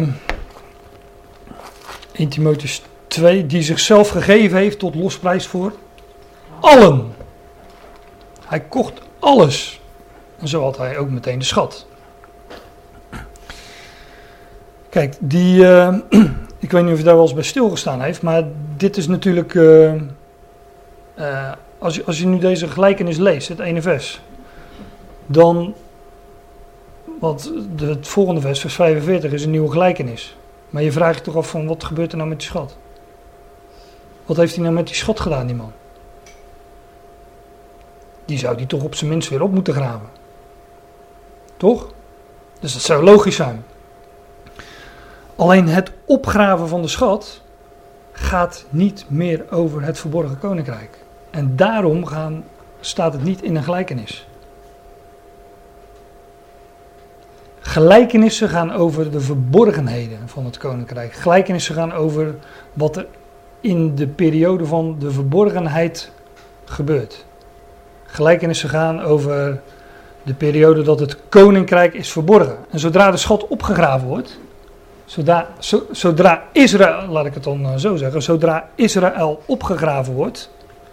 eerste Timotheüs twee? Die zichzelf gegeven heeft tot losprijs voor allen. Hij kocht alles. En zo had hij ook meteen de schat. Kijk, die, uh, ik weet niet of je daar wel eens bij stilgestaan heeft, maar dit is natuurlijk, uh, uh, als, je, als je nu deze gelijkenis leest, het ene vers, dan, want de, het volgende vers, vers vijfenveertig, is een nieuwe gelijkenis. Maar je vraagt je toch af van, wat gebeurt er nou met die schat? Wat heeft hij nou met die schat gedaan, die man? Die zou die toch op zijn minst weer op moeten graven. Toch? Dus dat zou logisch zijn. Alleen het opgraven van de schat gaat niet meer over het verborgen koninkrijk. En daarom gaan, staat het niet in een gelijkenis. Gelijkenissen gaan over de verborgenheden van het koninkrijk. Gelijkenissen gaan over wat er in de periode van de verborgenheid gebeurt. Gelijkenissen gaan over de periode dat het koninkrijk is verborgen. En zodra de schat opgegraven wordt, zodra, zo, zodra Israël, laat ik het dan zo zeggen, zodra Israël opgegraven wordt,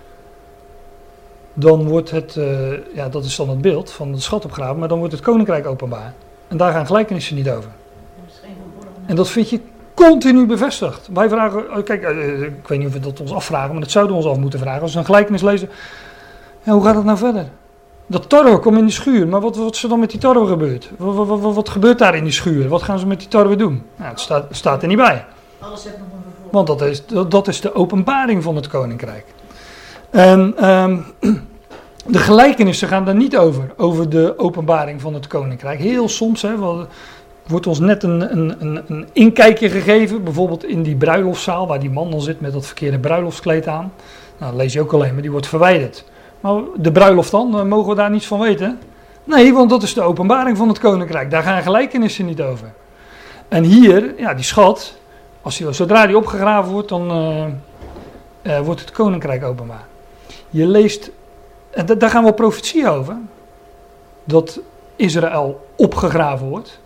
dan wordt het, uh, ja dat is dan het beeld van de schat opgraven, maar dan wordt het koninkrijk openbaar. En daar gaan gelijkenissen niet over. En dat vind je continu bevestigd. Wij vragen, kijk, uh, ik weet niet of we dat ons afvragen, maar dat zouden we ons af moeten vragen. Als we een gelijkenis lezen, ja, hoe gaat het nou verder? Dat tarwe komt in de schuur, maar wat, wat is er dan met die tarwe gebeurd? Wat, wat, wat, wat gebeurt daar in die schuur? Wat gaan ze met die tarwe doen? Nou, het staat, staat er niet bij. Alles heeft nog een vervolg. Want dat is, dat is de openbaring van het koninkrijk. En um, de gelijkenissen gaan daar niet over, over de openbaring van het koninkrijk. Heel soms hè, wordt ons net een, een, een, een inkijkje gegeven, bijvoorbeeld in die bruiloftszaal, waar die man dan zit met dat verkeerde bruiloftskleed aan. Nou, dat lees je ook alleen, maar die wordt verwijderd. Maar de bruiloft dan, mogen we daar niets van weten? Nee, want dat is de openbaring van het koninkrijk. Daar gaan gelijkenissen niet over. En hier, ja, die schat, als die, zodra die opgegraven wordt, dan uh, uh, wordt het koninkrijk openbaar. Je leest, en d- daar gaan we profetie over, dat Israël opgegraven wordt.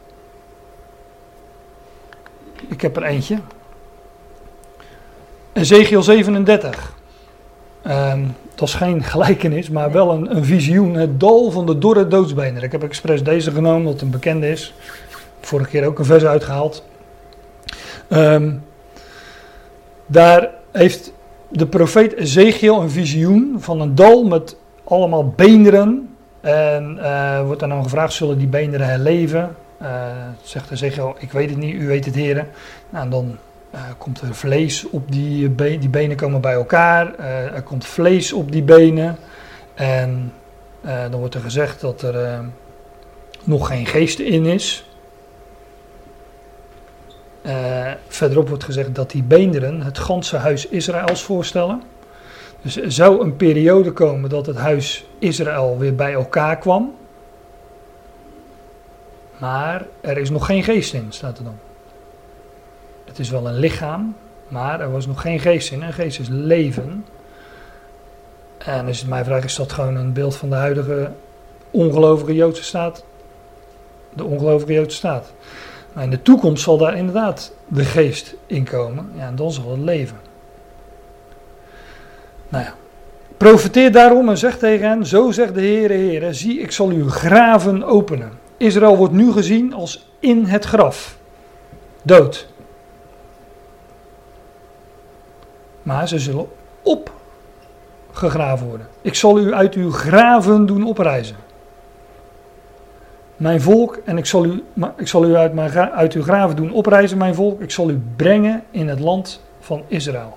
Ik heb er eentje. Ezekiel zevenendertig. Um, dat is geen gelijkenis, maar wel een, een visioen. Het dal van de dorre doodsbeenderen. Ik heb expres deze genomen, dat het een bekende is. Vorige keer ook een vers uitgehaald. Um, daar heeft de profeet Ezekiel een visioen van een dal met allemaal beenderen. En uh, wordt dan dan gevraagd, zullen die beenderen herleven? Uh, zegt Ezekiel, ik weet het niet, u weet het heren. Nou, en dan uh, komt er vlees op die benen, die benen komen bij elkaar. Uh, er komt vlees op die benen. En uh, dan wordt er gezegd dat er uh, nog geen geest in is. Uh, verderop wordt gezegd dat die beenderen het ganse huis Israëls voorstellen. Dus er zou een periode komen dat het huis Israël weer bij elkaar kwam. Maar er is nog geen geest in, staat er dan. Het is wel een lichaam, maar er was nog geen geest in. En geest is leven. En is het mijn vraag, is dat gewoon een beeld van de huidige ongelovige Joodse staat? De ongelovige Joodse staat. Maar in de toekomst zal daar inderdaad de geest in komen. Ja, en dan zal het leven. Nou ja. Profeteer daarom en zeg tegen hen, zo zegt de Heere, Heere, zie, ik zal uw graven openen. Israël wordt nu gezien als in het graf. Dood. Maar ze zullen opgegraven worden. Ik zal u uit uw graven doen oprijzen. Mijn volk, en ik zal u, ik zal u uit, mijn, uit uw graven doen oprijzen, mijn volk. Ik zal u brengen in het land van Israël.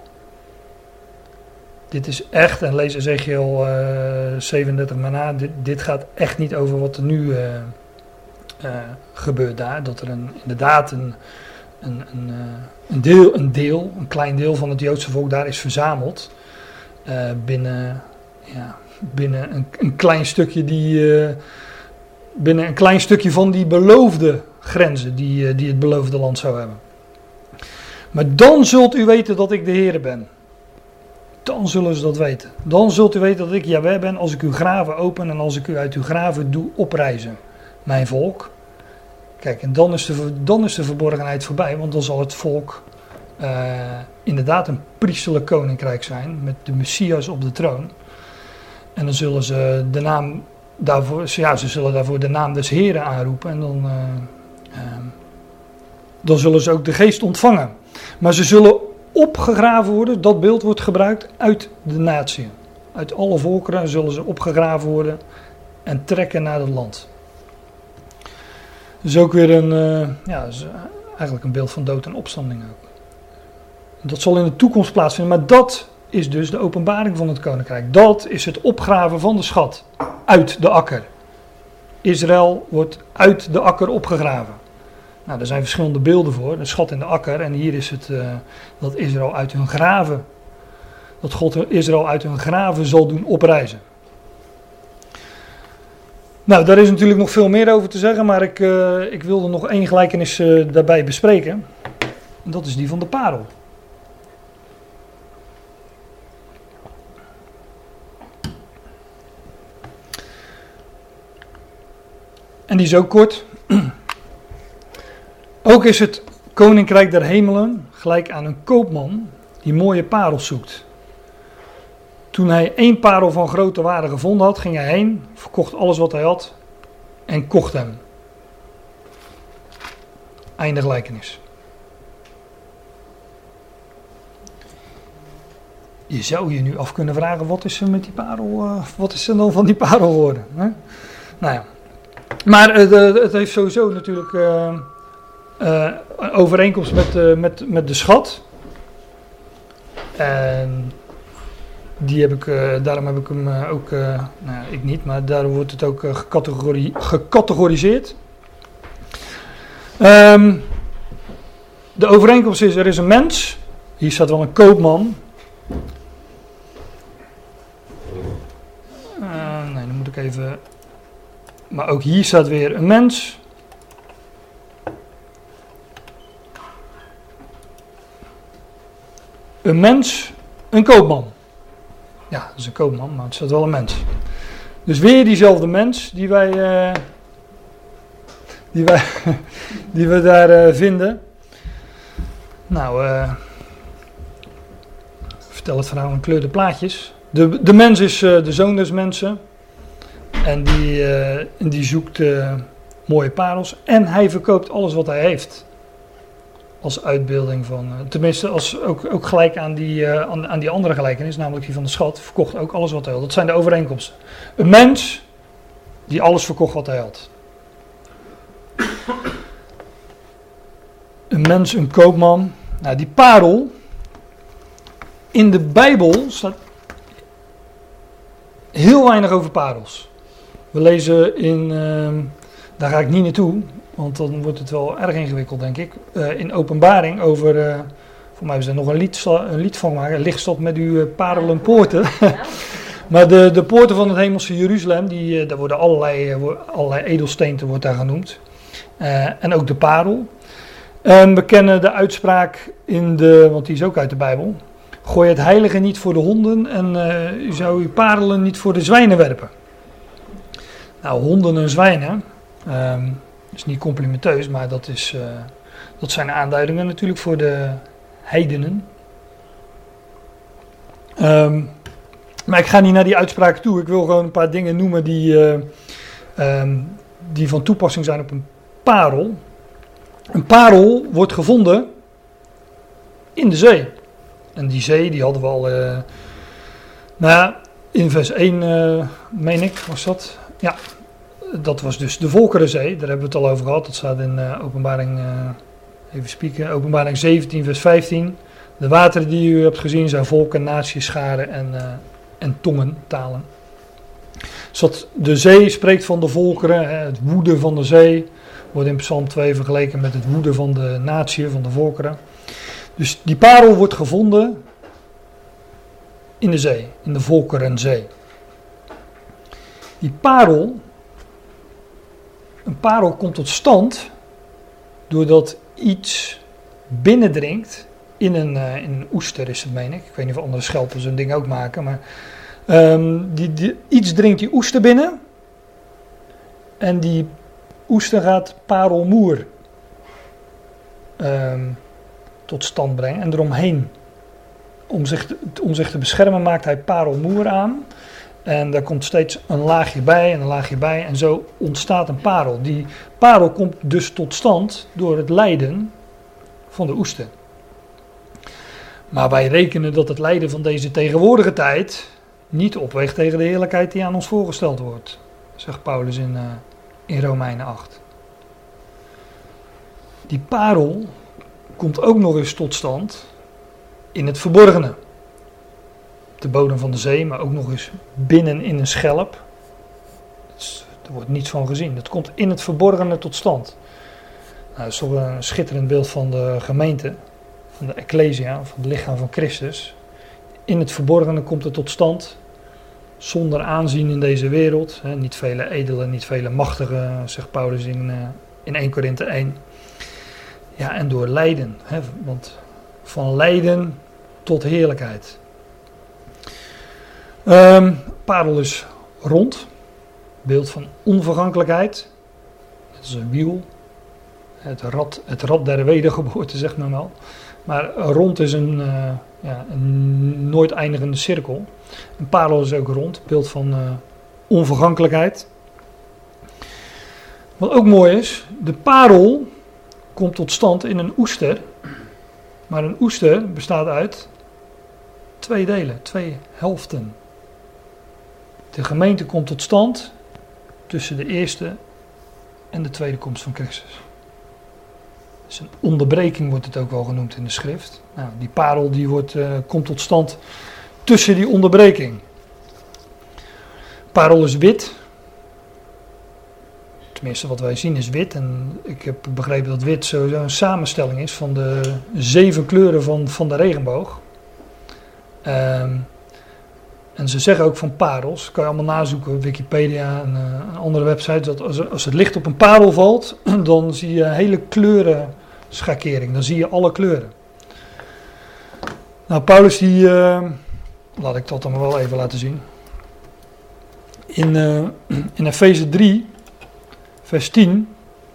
Dit is echt, en lees Ezekiel uh, zevenendertig maar na, dit, dit gaat echt niet over wat er nu uh, uh, gebeurt daar. Dat er een, inderdaad een, een, een, uh, een, deel, een deel, een klein deel van het Joodse volk daar is verzameld. Uh, binnen, ja, binnen een, een klein stukje die... Uh, binnen een klein stukje van die beloofde grenzen die, uh, die het beloofde land zou hebben. Maar dan zult u weten dat ik de Heere ben. Dan zullen ze dat weten. Dan zult u weten dat ik Jahweh ben als ik uw graven open en als ik u uit uw graven doe oprijzen, mijn volk. Kijk, en dan is de, dan is de verborgenheid voorbij, want dan zal het volk uh, inderdaad een priesterlijk koninkrijk zijn met de Messias op de troon. En dan zullen ze de naam daarvoor, ja, ze zullen daarvoor de naam des Heren aanroepen en dan, uh, uh, dan zullen ze ook de geest ontvangen. Maar ze zullen opgegraven worden, dat beeld wordt gebruikt uit de natie. Uit alle volkeren zullen ze opgegraven worden en trekken naar het land. Dat is ook weer een, uh, ja, is eigenlijk een beeld van dood en opstanding ook. Dat zal in de toekomst plaatsvinden, maar dat is dus de openbaring van het koninkrijk. Dat is het opgraven van de schat uit de akker. Israël wordt uit de akker opgegraven. Nou, er zijn verschillende beelden voor. Een schat in de akker. En hier is het uh, dat Israël uit hun graven. Dat God Israël uit hun graven zal doen oprijzen. Nou, daar is natuurlijk nog veel meer over te zeggen. Maar ik, uh, ik wilde nog één gelijkenis uh, daarbij bespreken. En dat is die van de parel. En die is ook kort. Ook is het koninkrijk der hemelen gelijk aan een koopman die mooie parels zoekt. Toen hij één parel van grote waarde gevonden had, ging hij heen, verkocht alles wat hij had en kocht hem. Einde gelijkenis. Je zou je nu af kunnen vragen, wat is er met die parel, uh, wat is er dan van die parel geworden? Hè? Nou ja. Maar uh, de, het heeft sowieso natuurlijk uh, uh, een overeenkomst met, uh, met, met de schat. En die heb ik, uh, daarom heb ik hem uh, ook, uh, nou ja, ik niet, maar daarom wordt het ook uh, gecategori- gecategoriseerd. Um, de overeenkomst is, er is een mens, hier staat wel een koopman. Uh, nee, dan moet ik even, maar ook hier staat weer een mens. Een mens, een koopman. Ja, dat is een koopman, maar het staat wel een mens. Dus weer diezelfde mens die wij, uh, die wij, die we daar uh, vinden. Nou, uh, vertel het verhaal in kleurde plaatjes. De, de mens is uh, de zoon des mensen. En die, uh, en die zoekt uh, mooie parels. En hij verkoopt alles wat hij heeft. Als uitbeelding van, uh, tenminste als, ook, ook gelijk aan die, uh, aan, aan die andere gelijkenis, namelijk die van de schat, verkocht ook alles wat hij had. Dat zijn de overeenkomsten. Een mens die alles verkocht wat hij had. Een mens, een koopman. Nou, die parel, in de Bijbel staat heel weinig over parels. We lezen in, uh, daar ga ik niet naartoe, want dan wordt het wel erg ingewikkeld, denk ik. Uh, in Openbaring over, uh, voor mij hebben ze er nog een lied, een lied van gemaakt, lichtstad met uw uh, parelenpoorten. Maar de, de poorten van het hemelse Jeruzalem, die, uh, daar worden allerlei, uh, allerlei edelsteenten wordt daar genoemd. Uh, en ook de parel. En we kennen de uitspraak in de, want die is ook uit de Bijbel. Gooi het heilige niet voor de honden en uh, u zou uw parelen niet voor de zwijnen werpen. Nou, honden en zwijnen, um, is niet complimenteus, maar dat, is, uh, dat zijn aanduidingen natuurlijk voor de heidenen. Um, maar ik ga niet naar die uitspraak toe, ik wil gewoon een paar dingen noemen die, uh, um, die van toepassing zijn op een parel. Een parel wordt gevonden in de zee. En die zee, die hadden we al, uh, nou ja, in vers één, uh, meen ik, was dat. Ja, dat was dus de Volkerenzee, daar hebben we het al over gehad. Dat staat in uh, openbaring, uh, even spieken, openbaring zeventien, vers vijftien. De wateren die u hebt gezien zijn volken, naties, scharen en, uh, en tongen, talen. Dus dat de zee spreekt van de volkeren, hè, het woeden van de zee. Wordt in Psalm twee vergeleken met het woeden van de natie, van de volkeren. Dus die parel wordt gevonden in de zee, in de Volkerenzee. Die parel, een parel komt tot stand doordat iets binnendringt in een, uh, in een oester is het, meen ik. Ik weet niet of andere schelpen zo'n ding ook maken, maar um, die, die, iets dringt die oester binnen en die oester gaat parelmoer um, tot stand brengen en eromheen. Om zich, te, om zich te beschermen maakt hij parelmoer aan. En daar komt steeds een laagje bij en een laagje bij. En zo ontstaat een parel. Die parel komt dus tot stand door het lijden van de oester. Maar wij rekenen dat het lijden van deze tegenwoordige tijd niet opweegt tegen de heerlijkheid die aan ons voorgesteld wordt. Zegt Paulus in, uh, in Romeinen acht. Die parel komt ook nog eens tot stand in het verborgene. Op de bodem van de zee, maar ook nog eens binnen in een schelp. Dus, er wordt niets van gezien. Dat komt in het verborgene tot stand. Nou, dat is toch een schitterend beeld van de gemeente, van de Ecclesia, van het lichaam van Christus. In het verborgene komt het tot stand, zonder aanzien in deze wereld. Hè, niet vele edelen, niet vele machtigen, zegt Paulus in, uh, in eerste Korinthe één. Ja, en door lijden, hè, want van lijden tot heerlijkheid. Um, parel is rond, beeld van onvergankelijkheid. Het is een wiel, het rad, het rad der wedergeboorte, zegt men wel. Maar rond is een, uh, ja, een nooit eindigende cirkel. Een parel is ook rond, beeld van uh, onvergankelijkheid. Wat ook mooi is, de parel komt tot stand in een oester. Maar een oester bestaat uit twee delen, twee helften. De gemeente komt tot stand tussen de eerste en de tweede komst van Christus. Dus een onderbreking wordt het ook wel genoemd in de schrift. Nou, die parel die wordt, uh, komt tot stand tussen die onderbreking. Parel is wit. Tenminste, wat wij zien is wit. En ik heb begrepen dat wit sowieso een samenstelling is van de zeven kleuren van, van de regenboog. Um, en ze zeggen ook van parels, kan je allemaal nazoeken, Wikipedia en, uh, en andere websites, dat als, als het licht op een parel valt, dan zie je hele kleurenschakering. Dan zie je alle kleuren. Nou, Paulus die, uh, laat ik dat dan wel even laten zien. In, uh, in Efeze drie, vers tien,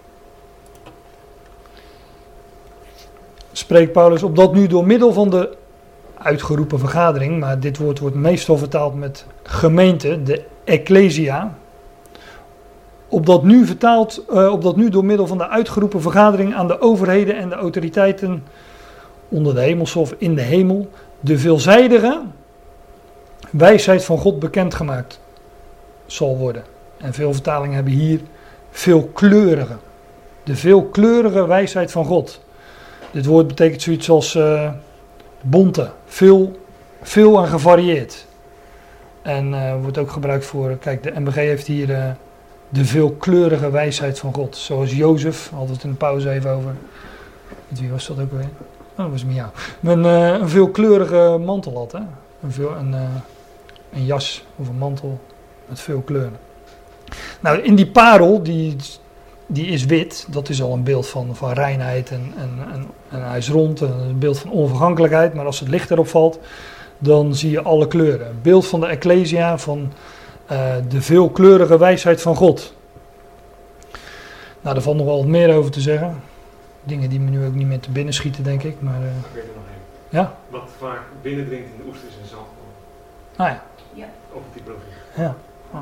spreekt Paulus opdat nu door middel van de uitgeroepen vergadering, maar dit woord wordt meestal vertaald met gemeente, de ecclesia, opdat nu, vertaald, uh, opdat nu door middel van de uitgeroepen vergadering aan de overheden en de autoriteiten onder de hemelse of in de hemel de veelzijdige wijsheid van God bekendgemaakt zal worden. En veel vertalingen hebben hier veelkleurige. De veelkleurige wijsheid van God. Dit woord betekent zoiets als uh, bonte, veel, veel en gevarieerd. En uh, wordt ook gebruikt voor, kijk, de M B G heeft hier uh, de veelkleurige wijsheid van God. Zoals Jozef, hadden we het in de pauze even over. Met wie was dat ook weer? Oh, dat was met jou. Met uh, een veelkleurige mantel had, hè? Een, veel, een, uh, een jas of een mantel met veel kleuren. Nou, in die parel, die, die is wit. Dat is al een beeld van, van reinheid en, en, en, en hij is rond. Een beeld van onvergankelijkheid. Maar als het licht erop valt, dan zie je alle kleuren. Een beeld van de ecclesia, van uh, de veelkleurige wijsheid van God. Nou, daar valt nog wel wat meer over te zeggen. Dingen die me nu ook niet meer te binnen schieten, denk ik. Maar, uh, ik weet er nog één. Ja? Wat vaak binnendringt in de oester is een zandkorn. Ah ja. Ja. Of een typologie. Ja.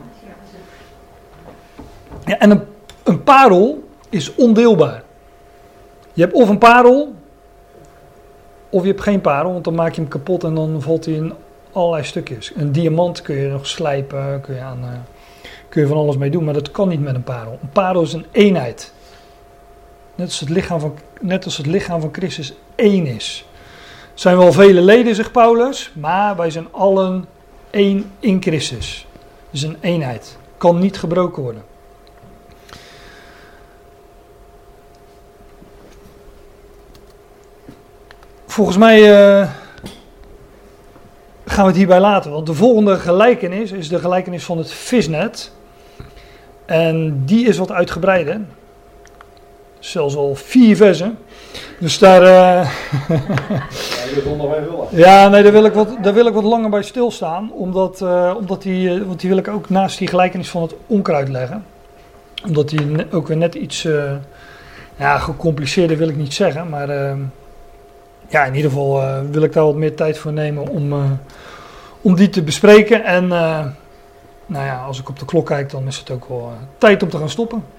Ja, en een, een parel is ondeelbaar. Je hebt of een parel, of je hebt geen parel, want dan maak je hem kapot en dan valt hij in allerlei stukjes. Een diamant kun je nog slijpen, kun je, aan, uh, kun je van alles mee doen, maar dat kan niet met een parel. Een parel is een eenheid. Net als het lichaam van, net als het lichaam van Christus één is. Er zijn wel vele leden, zegt Paulus, maar wij zijn allen één in Christus. Dus een eenheid. Kan niet gebroken worden. Volgens mij uh, gaan we het hierbij laten. Want de volgende gelijkenis is de gelijkenis van het visnet. En die is wat uitgebreider. Zelfs al vier versen. Dus daar... Uh, ja, nee, daar wil, ik wat, daar wil ik wat langer bij stilstaan. Omdat, uh, omdat die, uh, want die wil ik ook naast die gelijkenis van het onkruid leggen. Omdat die ook weer net iets... Uh, ja, gecompliceerder wil ik niet zeggen. Maar uh, ja, in ieder geval uh, wil ik daar wat meer tijd voor nemen om, uh, om die te bespreken. En uh, nou ja, als ik op de klok kijk, dan is het ook wel uh, tijd om te gaan stoppen.